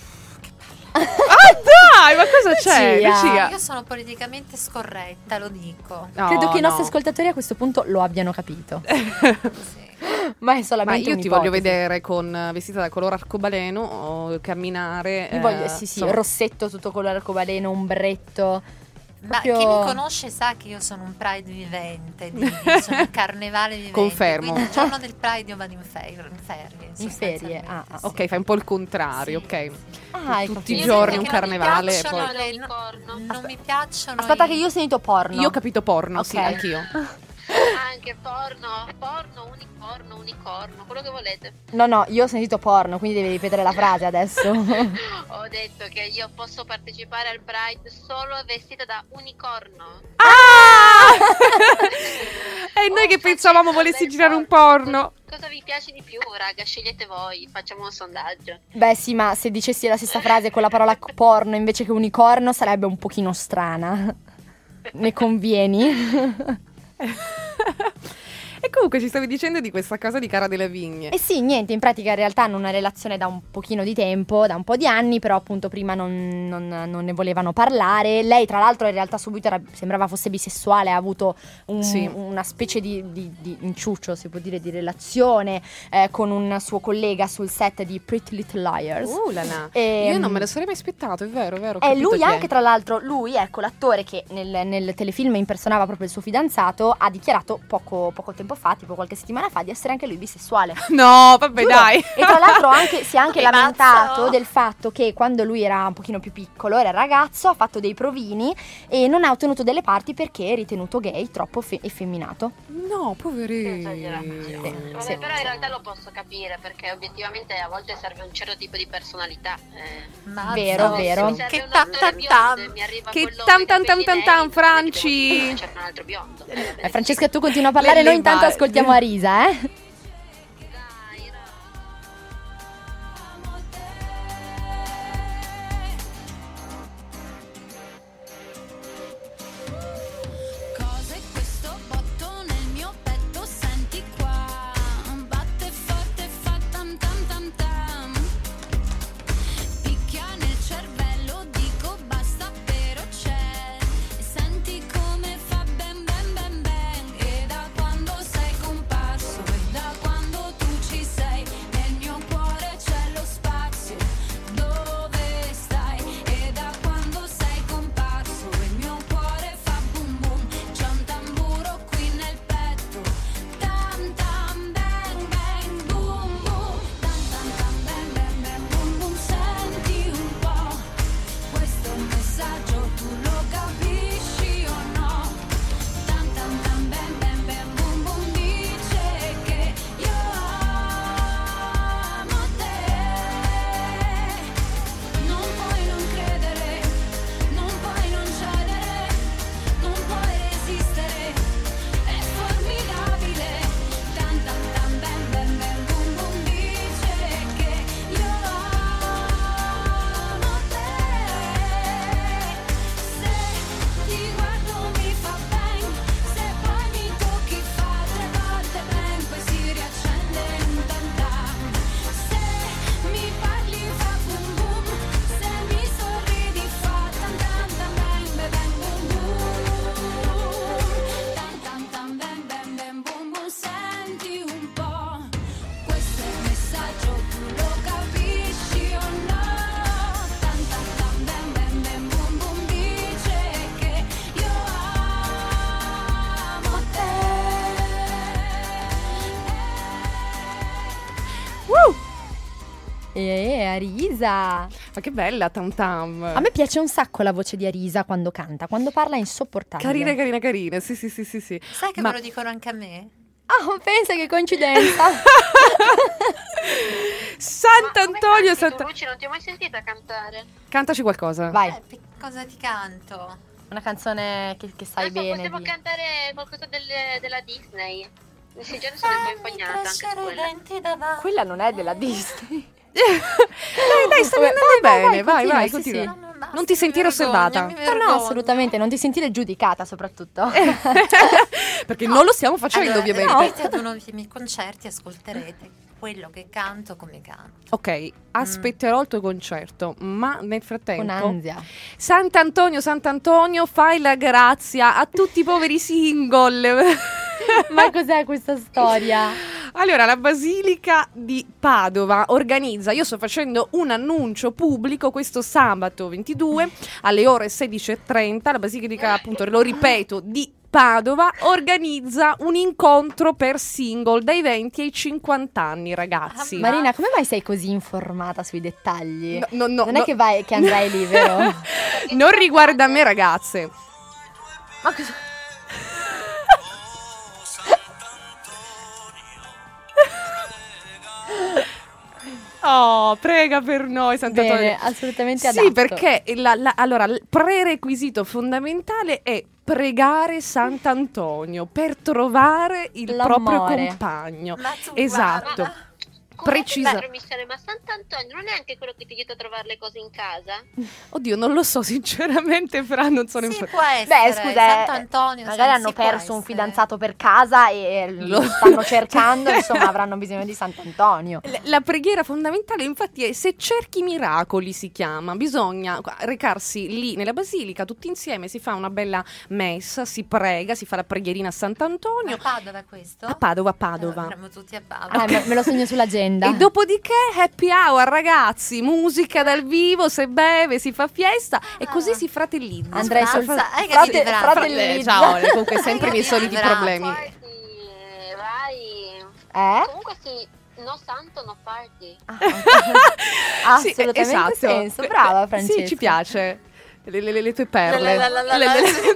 Speaker 2: Dai, ma cosa c'è?
Speaker 3: Lucia.
Speaker 2: Lucia.
Speaker 1: Io sono politicamente scorretta, lo dico.
Speaker 2: No,
Speaker 3: Credo che i nostri
Speaker 2: no.
Speaker 3: ascoltatori a questo punto lo abbiano capito.
Speaker 1: Sì.
Speaker 3: Ma è
Speaker 2: Ma
Speaker 3: solamente
Speaker 2: io ti voglio
Speaker 3: un'ipotesi.
Speaker 2: vedere con vestita da colore arcobaleno o camminare.
Speaker 3: Io voglio, sì,
Speaker 2: insomma.
Speaker 3: rossetto tutto colore arcobaleno, ombretto.
Speaker 1: Ma
Speaker 3: Proprio-
Speaker 1: chi mi conosce sa che io sono un Pride vivente, sono un carnevale vivente.
Speaker 2: Confermo.
Speaker 1: Quindi il giorno del Pride io vado in ferie.
Speaker 3: In ferie,
Speaker 1: sostanzialmente, sì.
Speaker 2: Ok, fai un po' il contrario,
Speaker 1: Sì.
Speaker 2: ok.
Speaker 3: Ah, hai
Speaker 2: Tutti i
Speaker 3: capito.
Speaker 2: giorni
Speaker 1: Io
Speaker 2: un
Speaker 1: perché non mi
Speaker 2: carnevale e
Speaker 1: piacciono
Speaker 2: poi...
Speaker 1: le-
Speaker 4: Unicorno.
Speaker 1: non mi piacciono
Speaker 3: Aspetta
Speaker 1: i-
Speaker 3: che io ho sentito porno.
Speaker 2: Io ho capito porno, sì,
Speaker 3: Ok.
Speaker 2: anch'io.
Speaker 4: Anche porno, unicorno, quello che volete.
Speaker 3: No, io ho sentito porno, quindi devi ripetere la frase adesso.
Speaker 4: Ho detto che io posso partecipare al Pride solo vestita da unicorno.
Speaker 2: Ah! E noi che pensavamo volessi girare un porno.
Speaker 4: Cosa vi piace di più, raga? Scegliete voi, facciamo un sondaggio.
Speaker 3: Beh sì, ma se dicessi la stessa frase con la parola porno invece che unicorno sarebbe un pochino strana. Ne convieni?
Speaker 2: E comunque ci stavi dicendo di questa cosa di Cara delle Vigne.
Speaker 3: Eh sì, niente, in pratica in realtà hanno una relazione da un pochino di tempo, da un po' di anni, però appunto prima non ne volevano parlare. Lei tra l'altro in realtà subito sembrava fosse bisessuale, ha avuto
Speaker 2: Sì.
Speaker 3: una specie di inciuccio, si può dire, di relazione con un suo collega sul set di Pretty Little Liars.
Speaker 2: La la.
Speaker 3: E,
Speaker 2: Io non me lo sarei mai aspettato, è vero, ho
Speaker 3: E
Speaker 2: capito
Speaker 3: lui
Speaker 2: chi è.
Speaker 3: anche, tra l'altro, ecco, l'attore che nel telefilm impersonava proprio il suo fidanzato, ha dichiarato poco tempo fa, tipo qualche settimana fa, di essere anche lui bisessuale.
Speaker 2: No, vabbè,
Speaker 3: Giuro.
Speaker 2: dai.
Speaker 3: E tra l'altro si è anche
Speaker 1: Che
Speaker 3: lamentato
Speaker 1: pazzo.
Speaker 3: del fatto che quando lui era un pochino più piccolo, era ragazzo, ha fatto dei provini e non ha ottenuto delle parti perché è ritenuto gay, troppo effeminato.
Speaker 2: No, poverino.
Speaker 4: Vabbè,
Speaker 3: Sì.
Speaker 4: però in realtà lo posso capire perché obiettivamente a volte serve un certo tipo di personalità.
Speaker 1: Mazza,
Speaker 3: Vero, vero.
Speaker 4: Mi serve
Speaker 1: Che
Speaker 4: un
Speaker 1: tam
Speaker 4: attore
Speaker 1: tam
Speaker 4: biondo
Speaker 1: tam.
Speaker 4: e mi arriva
Speaker 2: Che
Speaker 4: quello
Speaker 2: tam
Speaker 4: coi
Speaker 2: tam tam
Speaker 4: capelli
Speaker 2: tam tam,
Speaker 4: neri,
Speaker 2: Franci.
Speaker 4: non è che c'è un altro biondo. Va bene.
Speaker 3: Francesca, tu continua a parlare,
Speaker 2: Le
Speaker 3: noi intanto
Speaker 2: barbe.
Speaker 3: ascoltiamo Arisa,
Speaker 4: Dai, no.
Speaker 6: Cos'è questo botto nel mio petto?
Speaker 3: Arisa.
Speaker 2: Ma che bella Tam Tam.
Speaker 3: A me piace un sacco la voce di Arisa quando canta, quando parla è insopportabile.
Speaker 2: Carina, sì.
Speaker 1: Sai che
Speaker 2: Ma-
Speaker 1: me lo dicono anche a me?
Speaker 3: Oh, pensa che coincidenza.
Speaker 2: Sant'Antonio,
Speaker 4: Tu, Luci, non ti ho mai sentita cantare.
Speaker 2: Cantaci qualcosa.
Speaker 3: Vai,
Speaker 1: Cosa ti canto?
Speaker 3: una canzone che sai
Speaker 4: Non so,
Speaker 3: bene.
Speaker 4: possiamo cantare qualcosa della Disney. In questi giorni sono un po' impegnata anche su
Speaker 1: Crescere i
Speaker 4: quella.
Speaker 1: denti davanti.
Speaker 3: Quella non è della Disney.
Speaker 2: Dai, stavi andando bene. Vai,
Speaker 3: continua,
Speaker 2: continua.
Speaker 3: sì,
Speaker 1: basta,
Speaker 2: Non ti sentire
Speaker 1: mi vergogno,
Speaker 2: osservata.
Speaker 1: mi
Speaker 3: No,
Speaker 1: vergogno.
Speaker 3: assolutamente, non ti sentire giudicata soprattutto.
Speaker 2: Perché non lo stiamo facendo,
Speaker 1: Allora,
Speaker 2: ovviamente.
Speaker 1: andrete ad uno dei miei concerti, ascolterete quello che canto come canto.
Speaker 2: Ok, aspetterò il tuo concerto, ma nel frattempo
Speaker 3: Con ansia.
Speaker 2: Sant'Antonio, fai la grazia a tutti i poveri single.
Speaker 3: Ma cos'è questa storia?
Speaker 2: Allora, la Basilica di Padova organizza, io sto facendo un annuncio pubblico questo sabato 22 alle ore 16:30, la Basilica, appunto, lo ripeto, di Padova organizza un incontro per single dai 20 ai 50 anni, ragazzi.
Speaker 3: Marina, come mai sei così informata sui dettagli?
Speaker 2: No,
Speaker 3: Non è che andrai lì, vero?
Speaker 2: non riguarda me, ragazze.
Speaker 3: Ma cosa?
Speaker 2: Oh, prega per noi, Sant'Antonio.
Speaker 3: Bene, assolutamente adatto.
Speaker 2: Sì, perché allora, il prerequisito fondamentale è pregare Sant'Antonio per trovare il proprio
Speaker 3: L'amore.
Speaker 2: compagno.
Speaker 1: Ma tu
Speaker 2: Esatto.
Speaker 1: guarda.
Speaker 2: Precisa.
Speaker 4: Ma Sant'Antonio non è anche quello che ti aiuta a trovare le cose in casa?
Speaker 2: Oddio, non lo so, sinceramente, Fra, non sono
Speaker 1: Sì,
Speaker 2: informata.
Speaker 1: può essere.
Speaker 3: Beh, scusa,
Speaker 1: Sant'Antonio,
Speaker 3: magari hanno
Speaker 1: sì, può
Speaker 3: perso un
Speaker 1: essere.
Speaker 3: fidanzato per casa e lo stanno cercando, insomma, avranno bisogno di Sant'Antonio.
Speaker 2: La preghiera fondamentale, infatti, è se cerchi miracoli, si chiama. Bisogna recarsi lì nella basilica, tutti insieme, si fa una bella messa, si prega, si fa la preghierina a Sant'Antonio.
Speaker 1: A Padova questo?
Speaker 2: A Padova.
Speaker 1: Allora, andremo tutti a Padova.
Speaker 3: Me lo sogno sull'agenda.
Speaker 2: E dopodiché happy hour, ragazzi, musica dal vivo, si beve, si fa fiesta e così si fratellizza.
Speaker 3: Andrei sul
Speaker 1: Franza, hai capito, Franza?
Speaker 3: fratellizza.
Speaker 2: Ciao, comunque sempre i miei soliti
Speaker 1: Bravo.
Speaker 2: problemi.
Speaker 4: Party, vai. Comunque sì, no santo, no party.
Speaker 3: Ha
Speaker 2: Sì,
Speaker 3: assolutamente
Speaker 2: esatto.
Speaker 3: senso. Brava, Francesca.
Speaker 2: Sì, ci piace. Le tue perle.
Speaker 1: Adesso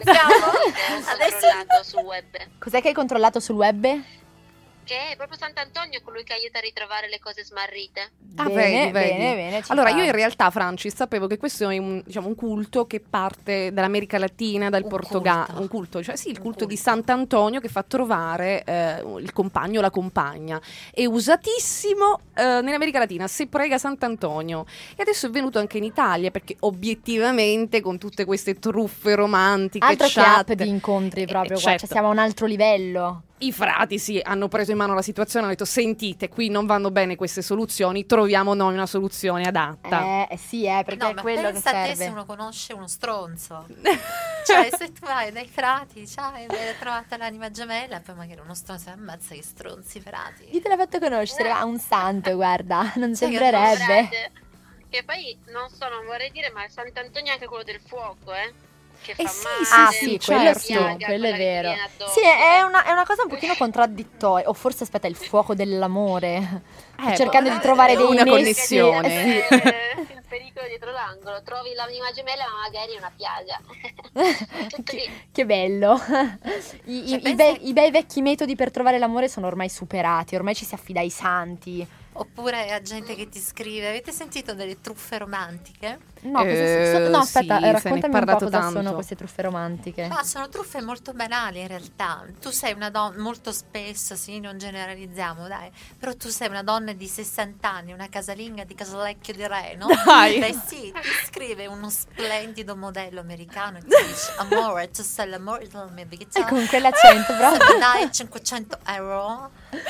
Speaker 4: Ho controllato sul web.
Speaker 3: Cos'è che hai controllato sul web?
Speaker 4: Che è proprio Sant'Antonio colui che aiuta a ritrovare le cose smarrite.
Speaker 2: Ah,
Speaker 3: Bene,
Speaker 2: vedi.
Speaker 3: bene, ci
Speaker 2: Allora,
Speaker 3: sta.
Speaker 2: io in realtà, Francis, sapevo che questo è un culto che parte dall'America Latina, dal
Speaker 1: Un
Speaker 2: Portogallo.
Speaker 1: culto.
Speaker 2: Un culto, cioè sì, il
Speaker 1: Un
Speaker 2: culto di
Speaker 1: culto.
Speaker 2: Sant'Antonio che fa trovare il compagno o la compagna. È usatissimo nell'America Latina, si prega Sant'Antonio. E adesso è venuto anche in Italia, perché obiettivamente con tutte queste truffe romantiche,
Speaker 3: Altro che
Speaker 2: chat,
Speaker 3: app di incontri proprio qua,
Speaker 2: certo.
Speaker 3: cioè siamo a un altro livello.
Speaker 2: I frati hanno preso in mano la situazione, hanno detto sentite, qui non vanno bene queste soluzioni, troviamo noi una soluzione adatta.
Speaker 3: Sì, perché
Speaker 1: No,
Speaker 3: è
Speaker 1: ma
Speaker 3: quello che
Speaker 1: pensa a te se
Speaker 3: serve.
Speaker 1: uno conosce uno stronzo. Cioè, se tu vai dai frati, hai trovato l'anima gemella, poi magari uno stronzo ammazza che stronzi frati.
Speaker 3: Chi te l'ha fatto conoscere? Ah, un santo, guarda, non
Speaker 1: Sai che
Speaker 3: sembrerebbe.
Speaker 4: Che poi non vorrei dire, ma Sant'Antonio è anche quello del fuoco, che
Speaker 2: Eh
Speaker 4: fa
Speaker 2: sì,
Speaker 4: male.
Speaker 3: Ah sì,
Speaker 2: sì,
Speaker 3: quello
Speaker 2: certo.
Speaker 3: sì,
Speaker 4: piaga,
Speaker 3: quello è
Speaker 4: quella che
Speaker 3: vero.
Speaker 4: viene addosso.
Speaker 3: Sì, è una cosa un pochino contraddittoria. O forse aspetta, il fuoco dell'amore. Sto cercando di trovare dei
Speaker 2: una
Speaker 3: nessi.
Speaker 2: connessione.
Speaker 4: Il pericolo dietro l'angolo, trovi l'anima gemella ma magari una piaga. Tutto lì.
Speaker 3: Che bello.
Speaker 1: Cioè,
Speaker 3: I bei vecchi metodi per trovare l'amore sono ormai superati, ormai ci si affida ai santi.
Speaker 1: Oppure a gente che ti scrive, avete sentito delle truffe romantiche?
Speaker 3: No, no, aspetta,
Speaker 2: sì, se ne è
Speaker 3: raccontami un po'
Speaker 2: parlato
Speaker 3: cosa
Speaker 2: tanto.
Speaker 3: sono queste truffe romantiche.
Speaker 1: Ma sono truffe molto banali in realtà. Tu sei una donna, molto spesso, sì, non generalizziamo, dai, però tu sei una donna di 60 anni, una casalinga di Casalecchio di Reno.
Speaker 2: Dai.
Speaker 1: Beh sì, ti scrive uno splendido modello americano e ti dice amore, tu sei l'amore della mia vita.
Speaker 3: E con quell'accento
Speaker 1: Se
Speaker 3: proprio.
Speaker 1: mi dai 500 euro.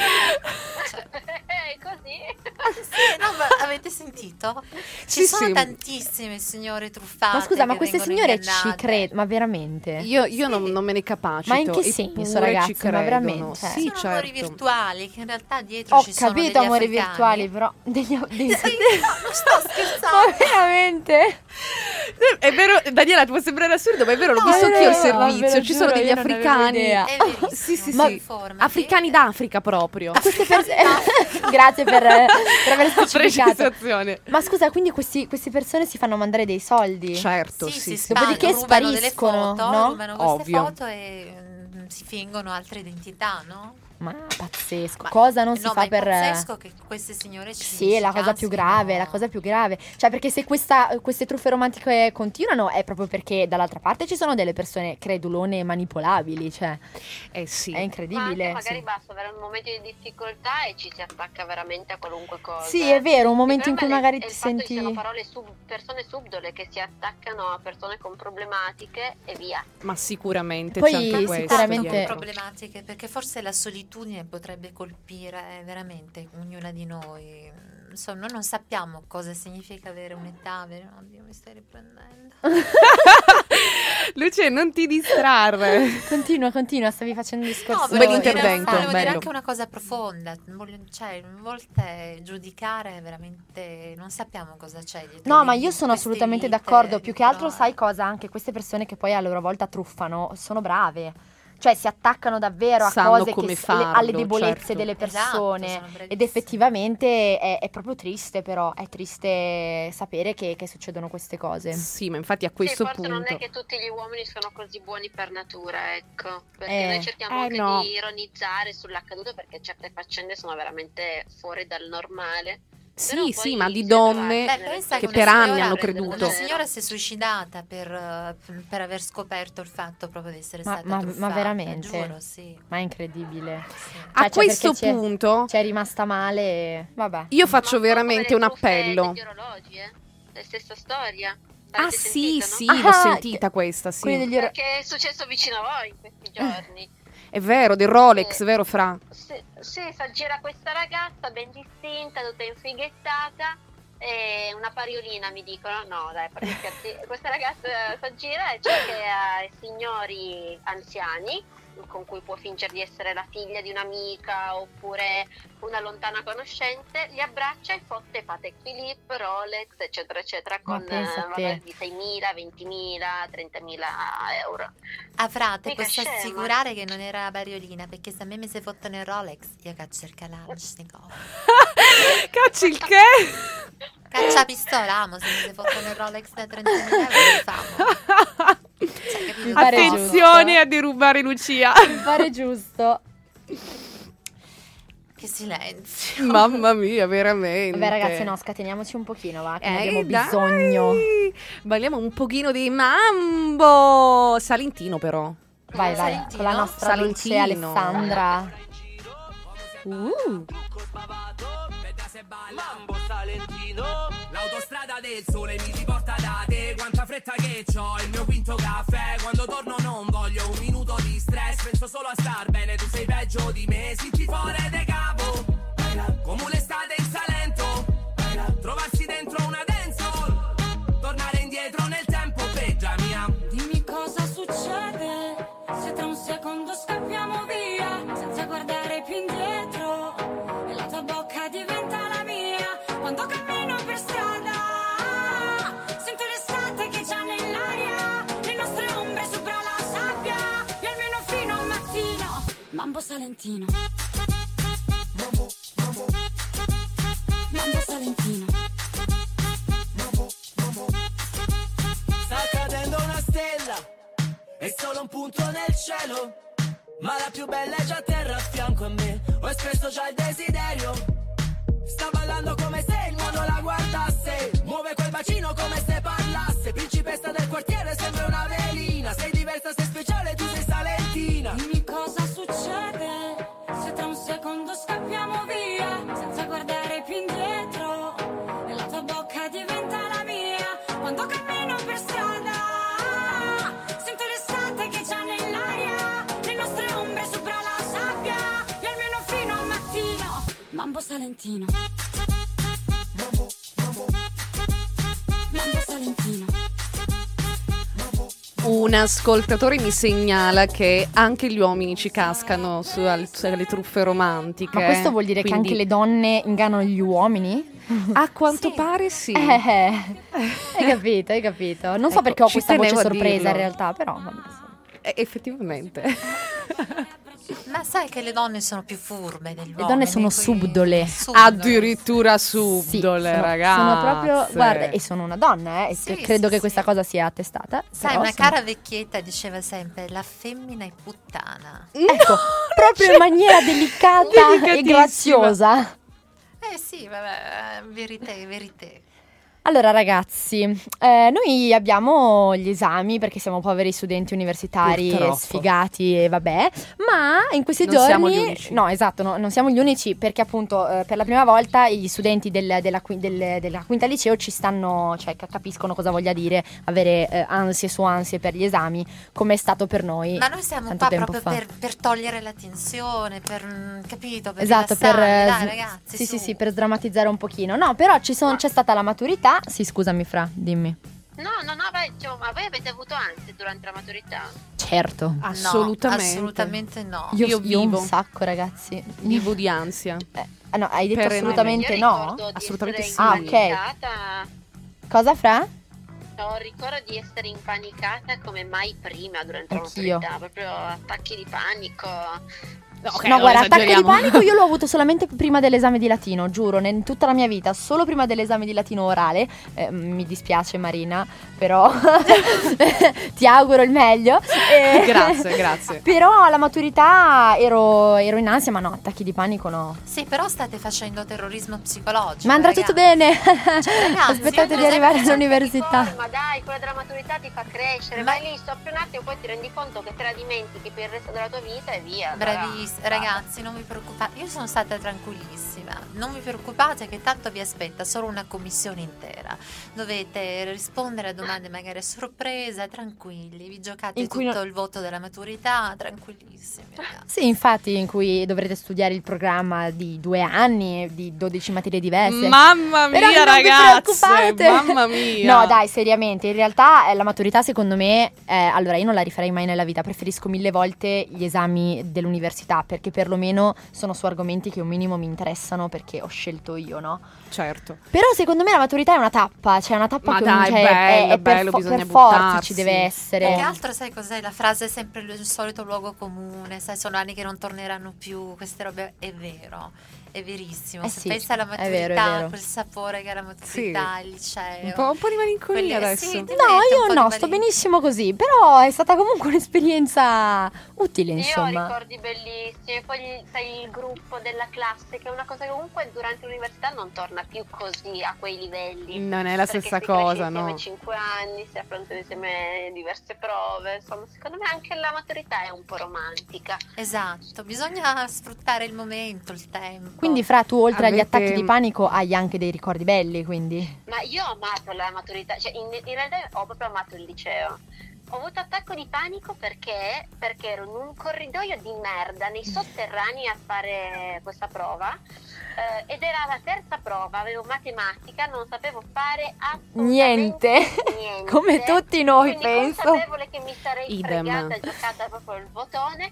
Speaker 1: Cioè,
Speaker 4: Così.
Speaker 1: sì, no, ma avete sentito? Ci
Speaker 2: Sì,
Speaker 1: sono
Speaker 2: sì.
Speaker 1: tantissime signore truffate.
Speaker 3: Ma scusa, ma
Speaker 1: che
Speaker 3: queste
Speaker 1: vengono
Speaker 3: signore ci
Speaker 1: ingannate.
Speaker 3: credono? Ma veramente?
Speaker 2: Io non me ne capacito.
Speaker 3: Ma in che senso,
Speaker 2: eppure
Speaker 3: ragazzi?
Speaker 2: ci
Speaker 3: Ma
Speaker 2: credono.
Speaker 3: veramente?
Speaker 2: Sì,
Speaker 1: Sono
Speaker 2: certo.
Speaker 1: amori virtuali che in realtà dietro
Speaker 3: Ho
Speaker 1: ci sono
Speaker 3: capito,
Speaker 1: degli
Speaker 3: amori
Speaker 1: africani.
Speaker 3: virtuali, però
Speaker 1: Sì, no, non sto scherzando.
Speaker 3: Ma veramente?
Speaker 2: È vero, Daniela, ti può sembrare assurdo, ma è vero, l'ho visto anch'io il servizio. Ci sono degli africani.
Speaker 1: È verissimo.
Speaker 2: Sì.
Speaker 1: Informati.
Speaker 2: Africani d'Africa proprio.
Speaker 3: Queste grazie per aver specificato.
Speaker 2: Precisazione.
Speaker 3: Ma scusa, quindi queste persone si fanno mandare dei soldi?
Speaker 2: Certo,
Speaker 1: Sì,
Speaker 2: sì.
Speaker 3: Dopodiché
Speaker 1: rubano delle
Speaker 3: spariscono,
Speaker 1: foto,
Speaker 3: no?
Speaker 1: rubano queste
Speaker 2: Ovvio.
Speaker 1: foto e si fingono altre identità, no?
Speaker 3: Ma pazzesco. Cosa non si
Speaker 1: no,
Speaker 3: fa
Speaker 1: ma è
Speaker 3: per...
Speaker 1: pazzesco che queste signore
Speaker 3: Sì, è la cosa più grave, la cosa più grave. Cioè, perché se queste truffe romantiche continuano è proprio perché dall'altra parte ci sono delle persone credulone e manipolabili, cioè
Speaker 2: Sì.
Speaker 3: è
Speaker 4: Ma
Speaker 3: incredibile.
Speaker 4: anche magari basta avere un momento di difficoltà e ci si attacca veramente a qualunque cosa.
Speaker 3: Sì, è vero, un momento in cui
Speaker 4: Il
Speaker 3: magari
Speaker 4: problema
Speaker 3: ti
Speaker 4: è il fatto
Speaker 3: senti...
Speaker 4: che siano persone subdole che si attaccano a persone con problematiche e via.
Speaker 2: Ma sicuramente
Speaker 3: Poi
Speaker 2: c'è anche questo
Speaker 3: sicuramente-
Speaker 2: dietro.
Speaker 1: problematiche, perché forse la solitudine potrebbe colpire veramente ognuna di noi. Insomma, noi non sappiamo cosa significa avere un'età. Oddio, mi stai riprendendo.
Speaker 2: Luce, non ti distrarre.
Speaker 3: Continua, stavi facendo un discorso.
Speaker 2: Un bel intervento,
Speaker 1: Volevo dire
Speaker 2: bello.
Speaker 1: anche una cosa profonda. Cioè, a volte giudicare veramente non sappiamo cosa c'è dietro.
Speaker 3: No,
Speaker 1: di
Speaker 3: ma io sono
Speaker 1: queste
Speaker 3: assolutamente
Speaker 1: vite,
Speaker 3: d'accordo. Più che altro,
Speaker 1: però-
Speaker 3: sai cosa? Anche queste persone che poi a loro volta truffano sono brave. Cioè, si attaccano davvero a
Speaker 2: Sanno
Speaker 3: cose
Speaker 2: come
Speaker 3: che
Speaker 2: farlo,
Speaker 3: alle debolezze
Speaker 2: certo.
Speaker 3: delle persone.
Speaker 1: Esatto, sono bravissime.
Speaker 3: Ed effettivamente è proprio triste, però. È triste sapere che succedono queste cose.
Speaker 2: Sì, ma infatti a
Speaker 4: Sì,
Speaker 2: questo
Speaker 4: forse non
Speaker 2: punto
Speaker 4: è che tutti gli uomini sono così buoni per natura, ecco. Perché
Speaker 3: Eh,
Speaker 4: noi cerchiamo anche
Speaker 2: no.
Speaker 4: di ironizzare sull'accaduto perché certe faccende sono veramente fuori dal normale. Però
Speaker 2: sì,
Speaker 4: poi
Speaker 2: sì, ma di
Speaker 4: si
Speaker 2: donne
Speaker 4: trova
Speaker 1: Beh, pensa
Speaker 2: che
Speaker 1: una
Speaker 2: per anni
Speaker 1: signora-
Speaker 2: hanno creduto.
Speaker 1: Una signora si è suicidata per aver scoperto il fatto proprio di essere
Speaker 3: Ma-
Speaker 1: stata
Speaker 3: ma
Speaker 1: truffata.
Speaker 3: veramente?
Speaker 1: Giuro, sì.
Speaker 3: Ma è incredibile.
Speaker 1: Sì.
Speaker 2: A
Speaker 3: cioè,
Speaker 2: questo
Speaker 3: perché
Speaker 2: punto
Speaker 3: C'è rimasta male. Vabbè.
Speaker 2: io faccio
Speaker 4: Ma un po'
Speaker 2: veramente un
Speaker 4: come le truffe
Speaker 2: appello.
Speaker 4: degli orologi, la stessa storia.
Speaker 2: Ah
Speaker 4: L'avete
Speaker 2: sì,
Speaker 4: sentita, no?
Speaker 2: sì,
Speaker 3: Ah,
Speaker 2: l'ho sentita questa,
Speaker 3: Quelli
Speaker 2: sì.
Speaker 3: degli oro-
Speaker 4: Perché è successo vicino a voi in questi giorni.
Speaker 2: È vero, del Rolex, vero Fra?
Speaker 4: Sì, si aggira questa ragazza ben distinta, tutta infighettata, e una pariolina mi dicono, no dai, per gli scherzi. Questa ragazza si aggira e c'è che ha signori anziani con cui può fingere di essere la figlia di un'amica oppure una lontana conoscente, li abbraccia e fotte Patek Philippe, Rolex, eccetera, eccetera,
Speaker 3: Ma
Speaker 4: con
Speaker 3: pensa a te.
Speaker 4: valori di 6.000, 20.000, 30.000 euro.
Speaker 1: Frate,
Speaker 4: Mica
Speaker 1: posso
Speaker 4: scema.
Speaker 1: assicurare che non era la bariolina, perché se a me mi si fottono il Rolex, io caccio il Kalashnikov.
Speaker 2: Cacci il che?
Speaker 1: Caccia la pistola, amo, se mi si fottono il Rolex da 30.000 euro, lo famo. Cioè, capito?
Speaker 3: Mi pare
Speaker 2: Attenzione
Speaker 3: giusto.
Speaker 2: a derubare Lucia.
Speaker 3: Mi pare giusto.
Speaker 1: Che silenzio.
Speaker 2: Mamma mia, veramente.
Speaker 3: Vabbè, ragazzi, no, scateniamoci un pochino, va, che ne abbiamo
Speaker 2: dai.
Speaker 3: bisogno.
Speaker 2: Balliamo un pochino di mambo. Salentino però.
Speaker 3: Vai,
Speaker 1: Salentino?
Speaker 3: con la nostra dolce
Speaker 2: Salentino.
Speaker 3: Alessandra.
Speaker 6: Mambo Salentino, l'autostrada del sole mi riporta da te. Quanta fretta che c'ho, il mio quinto caffè. Quando torno non voglio un minuto di stress. Penso solo a star bene, tu sei peggio di me. Sinti fuori de capo, come l'estate in Salento. Trovarsi dentro una dancehall, tornare indietro nel tempo, peggia mia.
Speaker 7: Dimmi cosa succede se tra un secondo scappiamo via senza guardare più indietro e la tua bocca diventa la mia. Quando cammino per strada sento l'estate che già nell'aria, le nostre ombre sopra la sabbia e almeno fino al mattino. Mambo Salentino, Mambo Salentino.
Speaker 6: Sta cadendo una stella, è solo un punto nel cielo, ma la più bella è già a terra a fianco a me. Ho espresso già il desiderio, sta ballando come se il mondo la guardasse, muove quel bacino come se parlasse. Principessa del quartiere, sembra una velina. Sei diversa, sei speciale, tu sei salentina.
Speaker 7: Dimmi cosa succede se tra un secondo scappiamo via senza guardare più indietro e la tua bocca diventa la mia. Quando cammino per strada sento l'estate che già nell'aria, le nostre ombre sopra la sabbia e almeno fino al mattino. Mambo Salentino, Mambo Salentino.
Speaker 2: Un ascoltatore mi segnala che anche gli uomini ci cascano sulle truffe romantiche.
Speaker 3: Ma questo vuol dire che
Speaker 2: quindi-
Speaker 3: anche le donne ingannano gli uomini?
Speaker 2: A quanto
Speaker 1: Sì.
Speaker 2: pare sì.
Speaker 3: Hai capito. Non so
Speaker 2: Ecco,
Speaker 3: perché ho
Speaker 2: ci
Speaker 3: questa voce
Speaker 2: tenevo a
Speaker 3: sorpresa
Speaker 2: dirlo.
Speaker 3: in realtà, però vabbè.
Speaker 2: Effettivamente.
Speaker 1: Ma sai che le donne sono più furbe degli uomini?
Speaker 3: Le donne sono
Speaker 1: quindi-
Speaker 3: subdole.
Speaker 2: Addirittura
Speaker 3: Sì,
Speaker 2: subdole,
Speaker 3: sono,
Speaker 2: ragazze.
Speaker 3: sono proprio, guarda, e sono una donna, e
Speaker 1: Sì,
Speaker 3: credo
Speaker 1: sì,
Speaker 3: che questa
Speaker 1: sì.
Speaker 3: cosa sia attestata.
Speaker 1: Sai,
Speaker 3: però
Speaker 1: una
Speaker 3: sono-
Speaker 1: cara vecchietta diceva sempre: la femmina è puttana.
Speaker 3: Ecco, proprio in maniera delicata e
Speaker 2: Delicatissima.
Speaker 3: graziosa.
Speaker 1: Sì, vabbè, verité, verité.
Speaker 3: Allora ragazzi, noi abbiamo gli esami perché siamo poveri studenti universitari
Speaker 2: Purtroppo.
Speaker 3: sfigati e vabbè, ma in questi
Speaker 2: Non
Speaker 3: giorni...
Speaker 2: siamo gli unici.
Speaker 3: No, esatto, non siamo gli unici perché appunto per la prima volta gli studenti della quinta liceo ci stanno, cioè capiscono cosa voglia dire avere ansie su ansie per gli esami, come è stato per noi.
Speaker 1: Ma noi siamo
Speaker 3: tanto
Speaker 1: qua
Speaker 3: tempo
Speaker 1: proprio
Speaker 3: fa.
Speaker 1: per togliere la tensione, capito? Per
Speaker 3: Esatto,
Speaker 1: rilassarli, dai ragazzi,
Speaker 3: sì,
Speaker 1: su.
Speaker 3: per sdrammatizzare un pochino. No, però c'è stata la maturità. Sì, scusami Fra, dimmi.
Speaker 4: No, beh, diciamo, ma voi avete avuto ansia durante la maturità?
Speaker 3: Certo.
Speaker 1: No,
Speaker 2: Assolutamente.
Speaker 1: assolutamente no.
Speaker 3: Io
Speaker 2: vivo.
Speaker 3: un sacco, ragazzi.
Speaker 2: Vivo di ansia.
Speaker 3: No, hai detto
Speaker 2: Per
Speaker 3: assolutamente
Speaker 4: Io
Speaker 3: no?
Speaker 4: ricordo di
Speaker 2: Assolutamente
Speaker 4: essere
Speaker 2: sì.
Speaker 3: Ah, ok.
Speaker 4: impanicata.
Speaker 3: Cosa Fra?
Speaker 4: No, ricordo di essere impanicata come mai prima durante la
Speaker 3: Anch'io.
Speaker 4: maturità, proprio attacchi di panico.
Speaker 2: Ok,
Speaker 3: No,
Speaker 2: non
Speaker 3: guarda, attacco di
Speaker 2: esageriamo.
Speaker 3: panico io l'ho avuto solamente prima dell'esame di latino, giuro, in tutta la mia vita, solo prima dell'esame di latino orale. Mi dispiace Marina, però ti auguro il meglio.
Speaker 2: Grazie.
Speaker 3: Però alla maturità ero in ansia, ma no, attacchi di panico no.
Speaker 1: Sì, però state facendo terrorismo psicologico.
Speaker 3: Ma andrà
Speaker 1: ragazzi.
Speaker 3: tutto bene.
Speaker 1: ragazzi,
Speaker 3: Aspettate
Speaker 1: io
Speaker 3: di arrivare
Speaker 1: per esempio
Speaker 3: all'università.
Speaker 4: Ma dai, quella della maturità ti fa crescere,
Speaker 1: Ma-
Speaker 4: vai lì, soffri un attimo, poi ti rendi conto che te la dimentichi per il resto della tua vita e via.
Speaker 1: Bravissimi, ragazzi, non vi preoccupate, io sono stata tranquillissima, non vi preoccupate che tanto vi aspetta solo una commissione intera, dovete rispondere a domande magari a sorpresa, tranquilli, vi giocate
Speaker 3: In cui
Speaker 1: tutto
Speaker 3: no-
Speaker 1: il voto della maturità, tranquillissimi ragazzi.
Speaker 3: Sì, infatti, in cui dovrete studiare il programma di 2 anni, di 12 materie diverse.
Speaker 2: Mamma
Speaker 3: Però
Speaker 2: mia,
Speaker 3: non vi
Speaker 2: ragazze.
Speaker 3: preoccupate.
Speaker 2: Mamma mia.
Speaker 3: No, dai, seriamente, in realtà la maturità secondo me, allora io non la rifarei mai nella vita, preferisco 1000 volte gli esami dell'università perché perlomeno sono su argomenti che un minimo mi interessano perché ho scelto io, no?
Speaker 2: Certo.
Speaker 3: Però secondo me la maturità è una tappa, cioè una tappa
Speaker 2: Ma
Speaker 3: che
Speaker 2: dai,
Speaker 3: cioè,
Speaker 2: bello,
Speaker 3: è
Speaker 2: bello,
Speaker 3: per
Speaker 2: bisogna
Speaker 3: forza
Speaker 2: buttarsi.
Speaker 3: ci deve essere.
Speaker 1: Più che altro sai cos'è? La frase è sempre il solito luogo comune, sai, sono anni che non torneranno più, queste robe, è vero, è verissimo. Se
Speaker 3: Sì,
Speaker 1: pensi alla
Speaker 3: è vero, è
Speaker 1: maturità,
Speaker 3: vero.
Speaker 1: quel sapore che ha la maturità, il liceo.
Speaker 2: Un po' di malinconia
Speaker 1: Quelle-
Speaker 2: adesso.
Speaker 1: sì, ti
Speaker 3: No,
Speaker 1: mette un
Speaker 3: io
Speaker 1: po'
Speaker 3: no,
Speaker 1: di
Speaker 3: sto
Speaker 1: malin-
Speaker 3: benissimo così, però è stata comunque un'esperienza utile,
Speaker 4: Io ho
Speaker 3: insomma.
Speaker 4: ricordi bellissimi, poi sai il gruppo della classe, che è una cosa che comunque durante l'università non torna più così a quei livelli.
Speaker 2: Non è la
Speaker 4: Perché
Speaker 2: stessa
Speaker 4: si cresce
Speaker 2: cosa,
Speaker 4: insieme
Speaker 2: no?
Speaker 4: 5 anni, si affrontano insieme diverse prove, insomma secondo me anche la maturità è un po' romantica.
Speaker 1: Esatto, bisogna sfruttare il momento, il tempo.
Speaker 3: Quindi Fra, tu oltre agli
Speaker 2: Avete-
Speaker 3: attacchi di panico hai anche dei ricordi belli, quindi.
Speaker 4: Ma io ho amato la maturità, cioè in realtà ho proprio amato il liceo. Ho avuto attacco di panico perché ero in un corridoio di merda nei sotterranei a fare questa prova ed era la terza prova, avevo matematica, non sapevo fare assolutamente niente.
Speaker 3: Come tutti noi,
Speaker 4: Quindi
Speaker 3: penso.
Speaker 4: consapevole che mi sarei
Speaker 2: Idem.
Speaker 4: fregata, giocata proprio il botone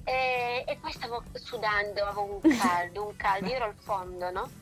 Speaker 4: e poi stavo sudando, avevo un caldo, io ero al fondo, no?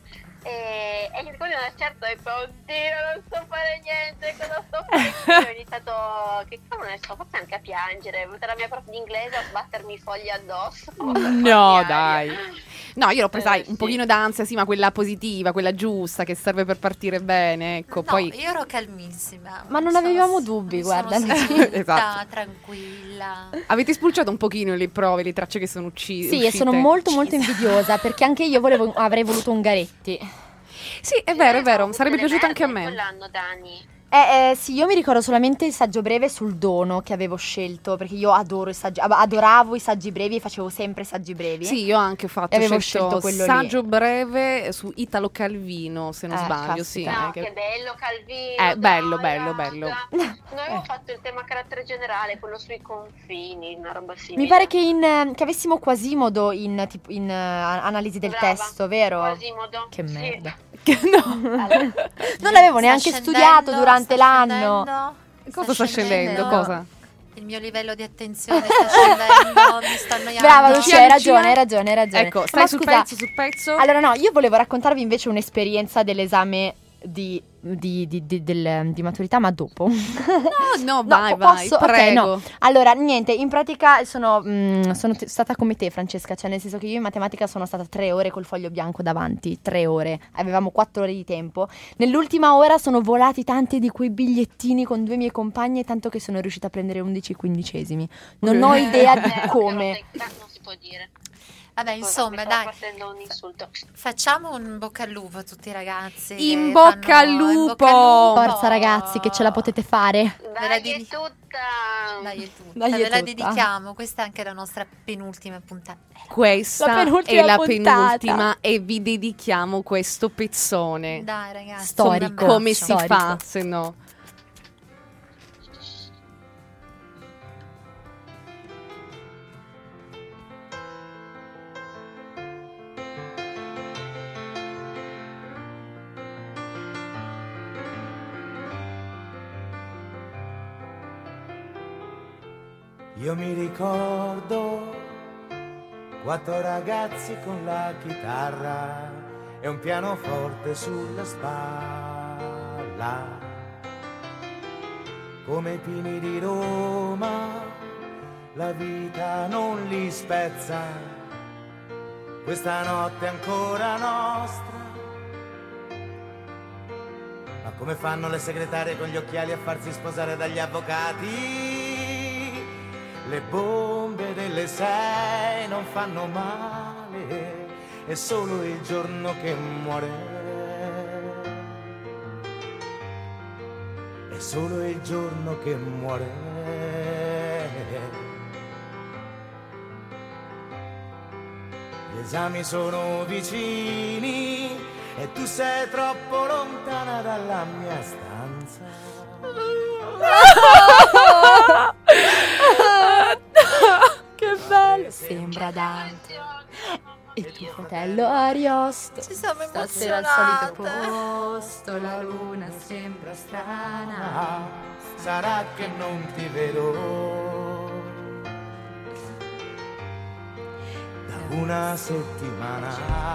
Speaker 4: E mi ricordo una certa ho detto oddio non so fare niente, cosa sto facendo? Ho iniziato, che cavolo ne so, forse anche a piangere, è venuta la mia prof di inglese a sbattermi i fogli addosso.
Speaker 2: No, dai. No, io l'ho presa
Speaker 4: Sì.
Speaker 2: un pochino d'ansia, sì, ma quella positiva, quella giusta, che serve per partire bene, ecco.
Speaker 1: No,
Speaker 2: Poi
Speaker 1: io ero calmissima.
Speaker 3: Ma non
Speaker 1: Sono-
Speaker 3: avevamo dubbi,
Speaker 1: mi
Speaker 3: guarda.
Speaker 1: Sono seduta,
Speaker 2: Esatto.
Speaker 1: tranquilla.
Speaker 2: avete spulciato un pochino le prove, le tracce che sono uccise.
Speaker 3: Sì, e sono molto molto invidiosa perché anche io avrei voluto Ungaretti.
Speaker 2: Sì, è vero, sarebbe piaciuto anche a me.
Speaker 4: Quell'anno, Dani.
Speaker 3: Sì, io mi ricordo solamente il saggio breve sul dono che avevo scelto perché io adoravo i saggi brevi e facevo sempre saggi brevi.
Speaker 2: Sì, io ho anche fatto
Speaker 3: E avevo
Speaker 2: scelto
Speaker 3: scelto quello lì.
Speaker 2: saggio breve su Italo Calvino, se non sbaglio, sì.
Speaker 3: caspita.
Speaker 4: No,
Speaker 2: che-
Speaker 4: che bello Calvino.
Speaker 2: bello,
Speaker 4: dai,
Speaker 2: bello,
Speaker 4: raga.
Speaker 2: bello.
Speaker 4: Noi avevamo fatto il tema carattere generale, quello sui confini, una roba simile.
Speaker 3: Mi pare che avessimo Quasimodo in analisi del
Speaker 4: Brava.
Speaker 3: testo, vero?
Speaker 4: Quasimodo.
Speaker 3: Che
Speaker 4: Sì.
Speaker 3: merda.
Speaker 2: No.
Speaker 3: Non l'avevo neanche
Speaker 1: Sta
Speaker 3: studiato
Speaker 1: scendendo,
Speaker 3: durante
Speaker 1: sta
Speaker 3: l'anno.
Speaker 1: scendendo,
Speaker 2: Cosa sta scendendo? Cosa?
Speaker 1: il mio livello di attenzione sta scendendo, mi sto annoiando.
Speaker 3: Brava Lucia, hai ragione.
Speaker 2: Ecco, stai
Speaker 3: Ma
Speaker 2: sul
Speaker 3: scusa,
Speaker 2: pezzo.
Speaker 3: allora no, io volevo raccontarvi invece un'esperienza dell'esame di maturità, ma dopo.
Speaker 2: No, vai,
Speaker 3: posso? Ok,
Speaker 2: prego.
Speaker 3: no. Allora, niente, in pratica sono stata come te, Francesca, cioè nel senso che io in matematica sono stata 3 ore col foglio bianco davanti, 3 ore, avevamo 4 ore di tempo. Nell'ultima ora sono volati tanti di quei bigliettini con 2 mie compagne, tanto che sono riuscita a prendere 11 quindicesimi. Non ho idea di come.
Speaker 4: Non si può dire.
Speaker 1: Vabbè, insomma,
Speaker 4: Mi
Speaker 1: dai,
Speaker 4: stava partendo un insulto.
Speaker 1: facciamo un bocca al lupo a tutti i ragazzi.
Speaker 2: In
Speaker 1: che
Speaker 2: bocca al
Speaker 1: fanno- in
Speaker 2: lupo!
Speaker 1: bocca al lupo.
Speaker 3: Forza ragazzi, che ce la potete fare.
Speaker 4: Dai,
Speaker 1: dedi-
Speaker 4: è tutta.
Speaker 1: Dai, è tutta.
Speaker 3: Dai, è
Speaker 1: Ve la
Speaker 3: tutta.
Speaker 1: dedichiamo. Questa è anche la nostra penultima puntata.
Speaker 2: Questa
Speaker 3: La penultima
Speaker 2: è la
Speaker 3: puntata.
Speaker 2: penultima e vi dedichiamo questo pezzone.
Speaker 1: Dai, ragazzi.
Speaker 3: Storico.
Speaker 1: un
Speaker 2: Come
Speaker 1: abbraccio.
Speaker 2: si fa se no?
Speaker 6: Io mi ricordo 4 ragazzi con la chitarra e un pianoforte sulla spalla. Come i pini di Roma, la vita non li spezza. Questa notte è ancora nostra. Ma come fanno le segretarie con gli occhiali a farsi sposare dagli avvocati? Le bombe delle 6 non fanno male, è solo il giorno che muore. È solo il giorno che muore. Gli esami sono vicini e tu sei troppo lontana dalla mia stanza.
Speaker 3: Che bello. Sembra Dante e tuo fratello Ariosto.
Speaker 1: Ci siamo
Speaker 3: Stasera al solito
Speaker 1: emozionate.
Speaker 3: posto, la luna sembra strana.
Speaker 6: Sarà che non ti vedo da una settimana.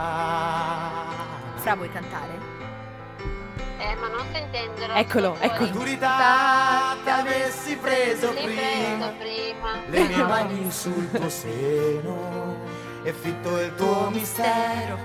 Speaker 3: Fra, vuoi cantare?
Speaker 4: Ma non sentendolo.
Speaker 2: Eccolo.
Speaker 6: Maturità ti avessi preso
Speaker 4: Sei
Speaker 6: prima,
Speaker 4: preso prima.
Speaker 6: le mie mani sul tuo seno e fitto il tuo mistero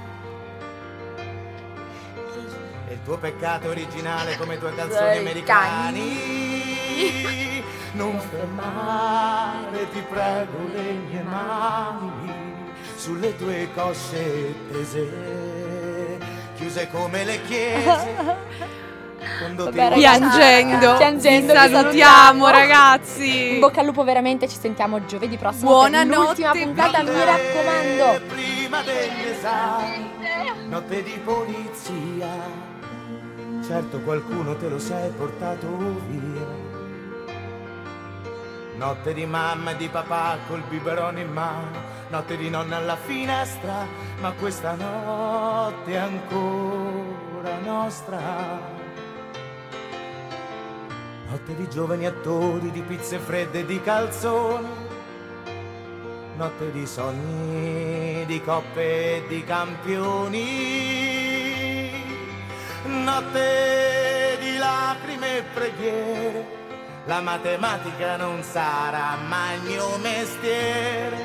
Speaker 6: e il tuo peccato originale come i tuoi calzoni americani. Non fermare, ti prego, le mie mani sulle tue cosce tese, chiuse come le chiese. Quando ti
Speaker 3: Vabbè,
Speaker 2: Piangendo.
Speaker 3: Piangendo,
Speaker 2: Vi
Speaker 3: vi
Speaker 2: salutiamo,
Speaker 3: salutiamo.
Speaker 2: ragazzi.
Speaker 3: In bocca al lupo, veramente, ci sentiamo giovedì prossimo.
Speaker 2: Buonanotte,
Speaker 3: per l'ultima puntata, mi raccomando.
Speaker 6: prima degli esami, notte di polizia, certo qualcuno te lo sei portato via. Notte di mamma e di papà col biberone in mano, notte di nonna alla finestra, ma questa notte è ancora nostra. Notte di giovani attori, di pizze fredde e di calzoni, notte di sogni, di coppe e di campioni, notte di lacrime e preghiere, la matematica non sarà mai il mio mestiere.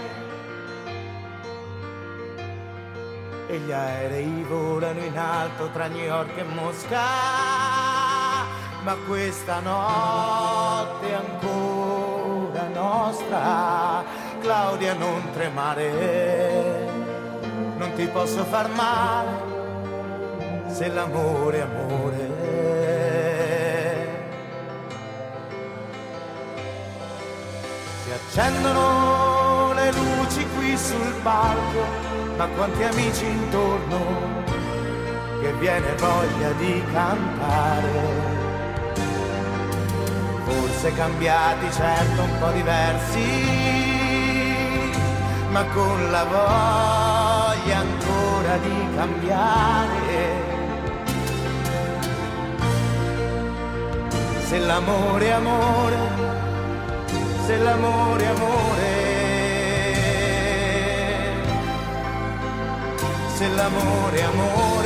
Speaker 6: E gli aerei volano in alto tra New York e Mosca, ma questa notte è ancora nostra. Claudia, non tremare, non ti posso far male se l'amore è amore. Si accendono le luci qui sul palco, ma quanti amici intorno che viene voglia di cantare. Forse cambiati, certo un po' diversi, ma con la voglia ancora di cambiare. Se l'amore è amore,
Speaker 8: se l'amore è amore, se l'amore è amore.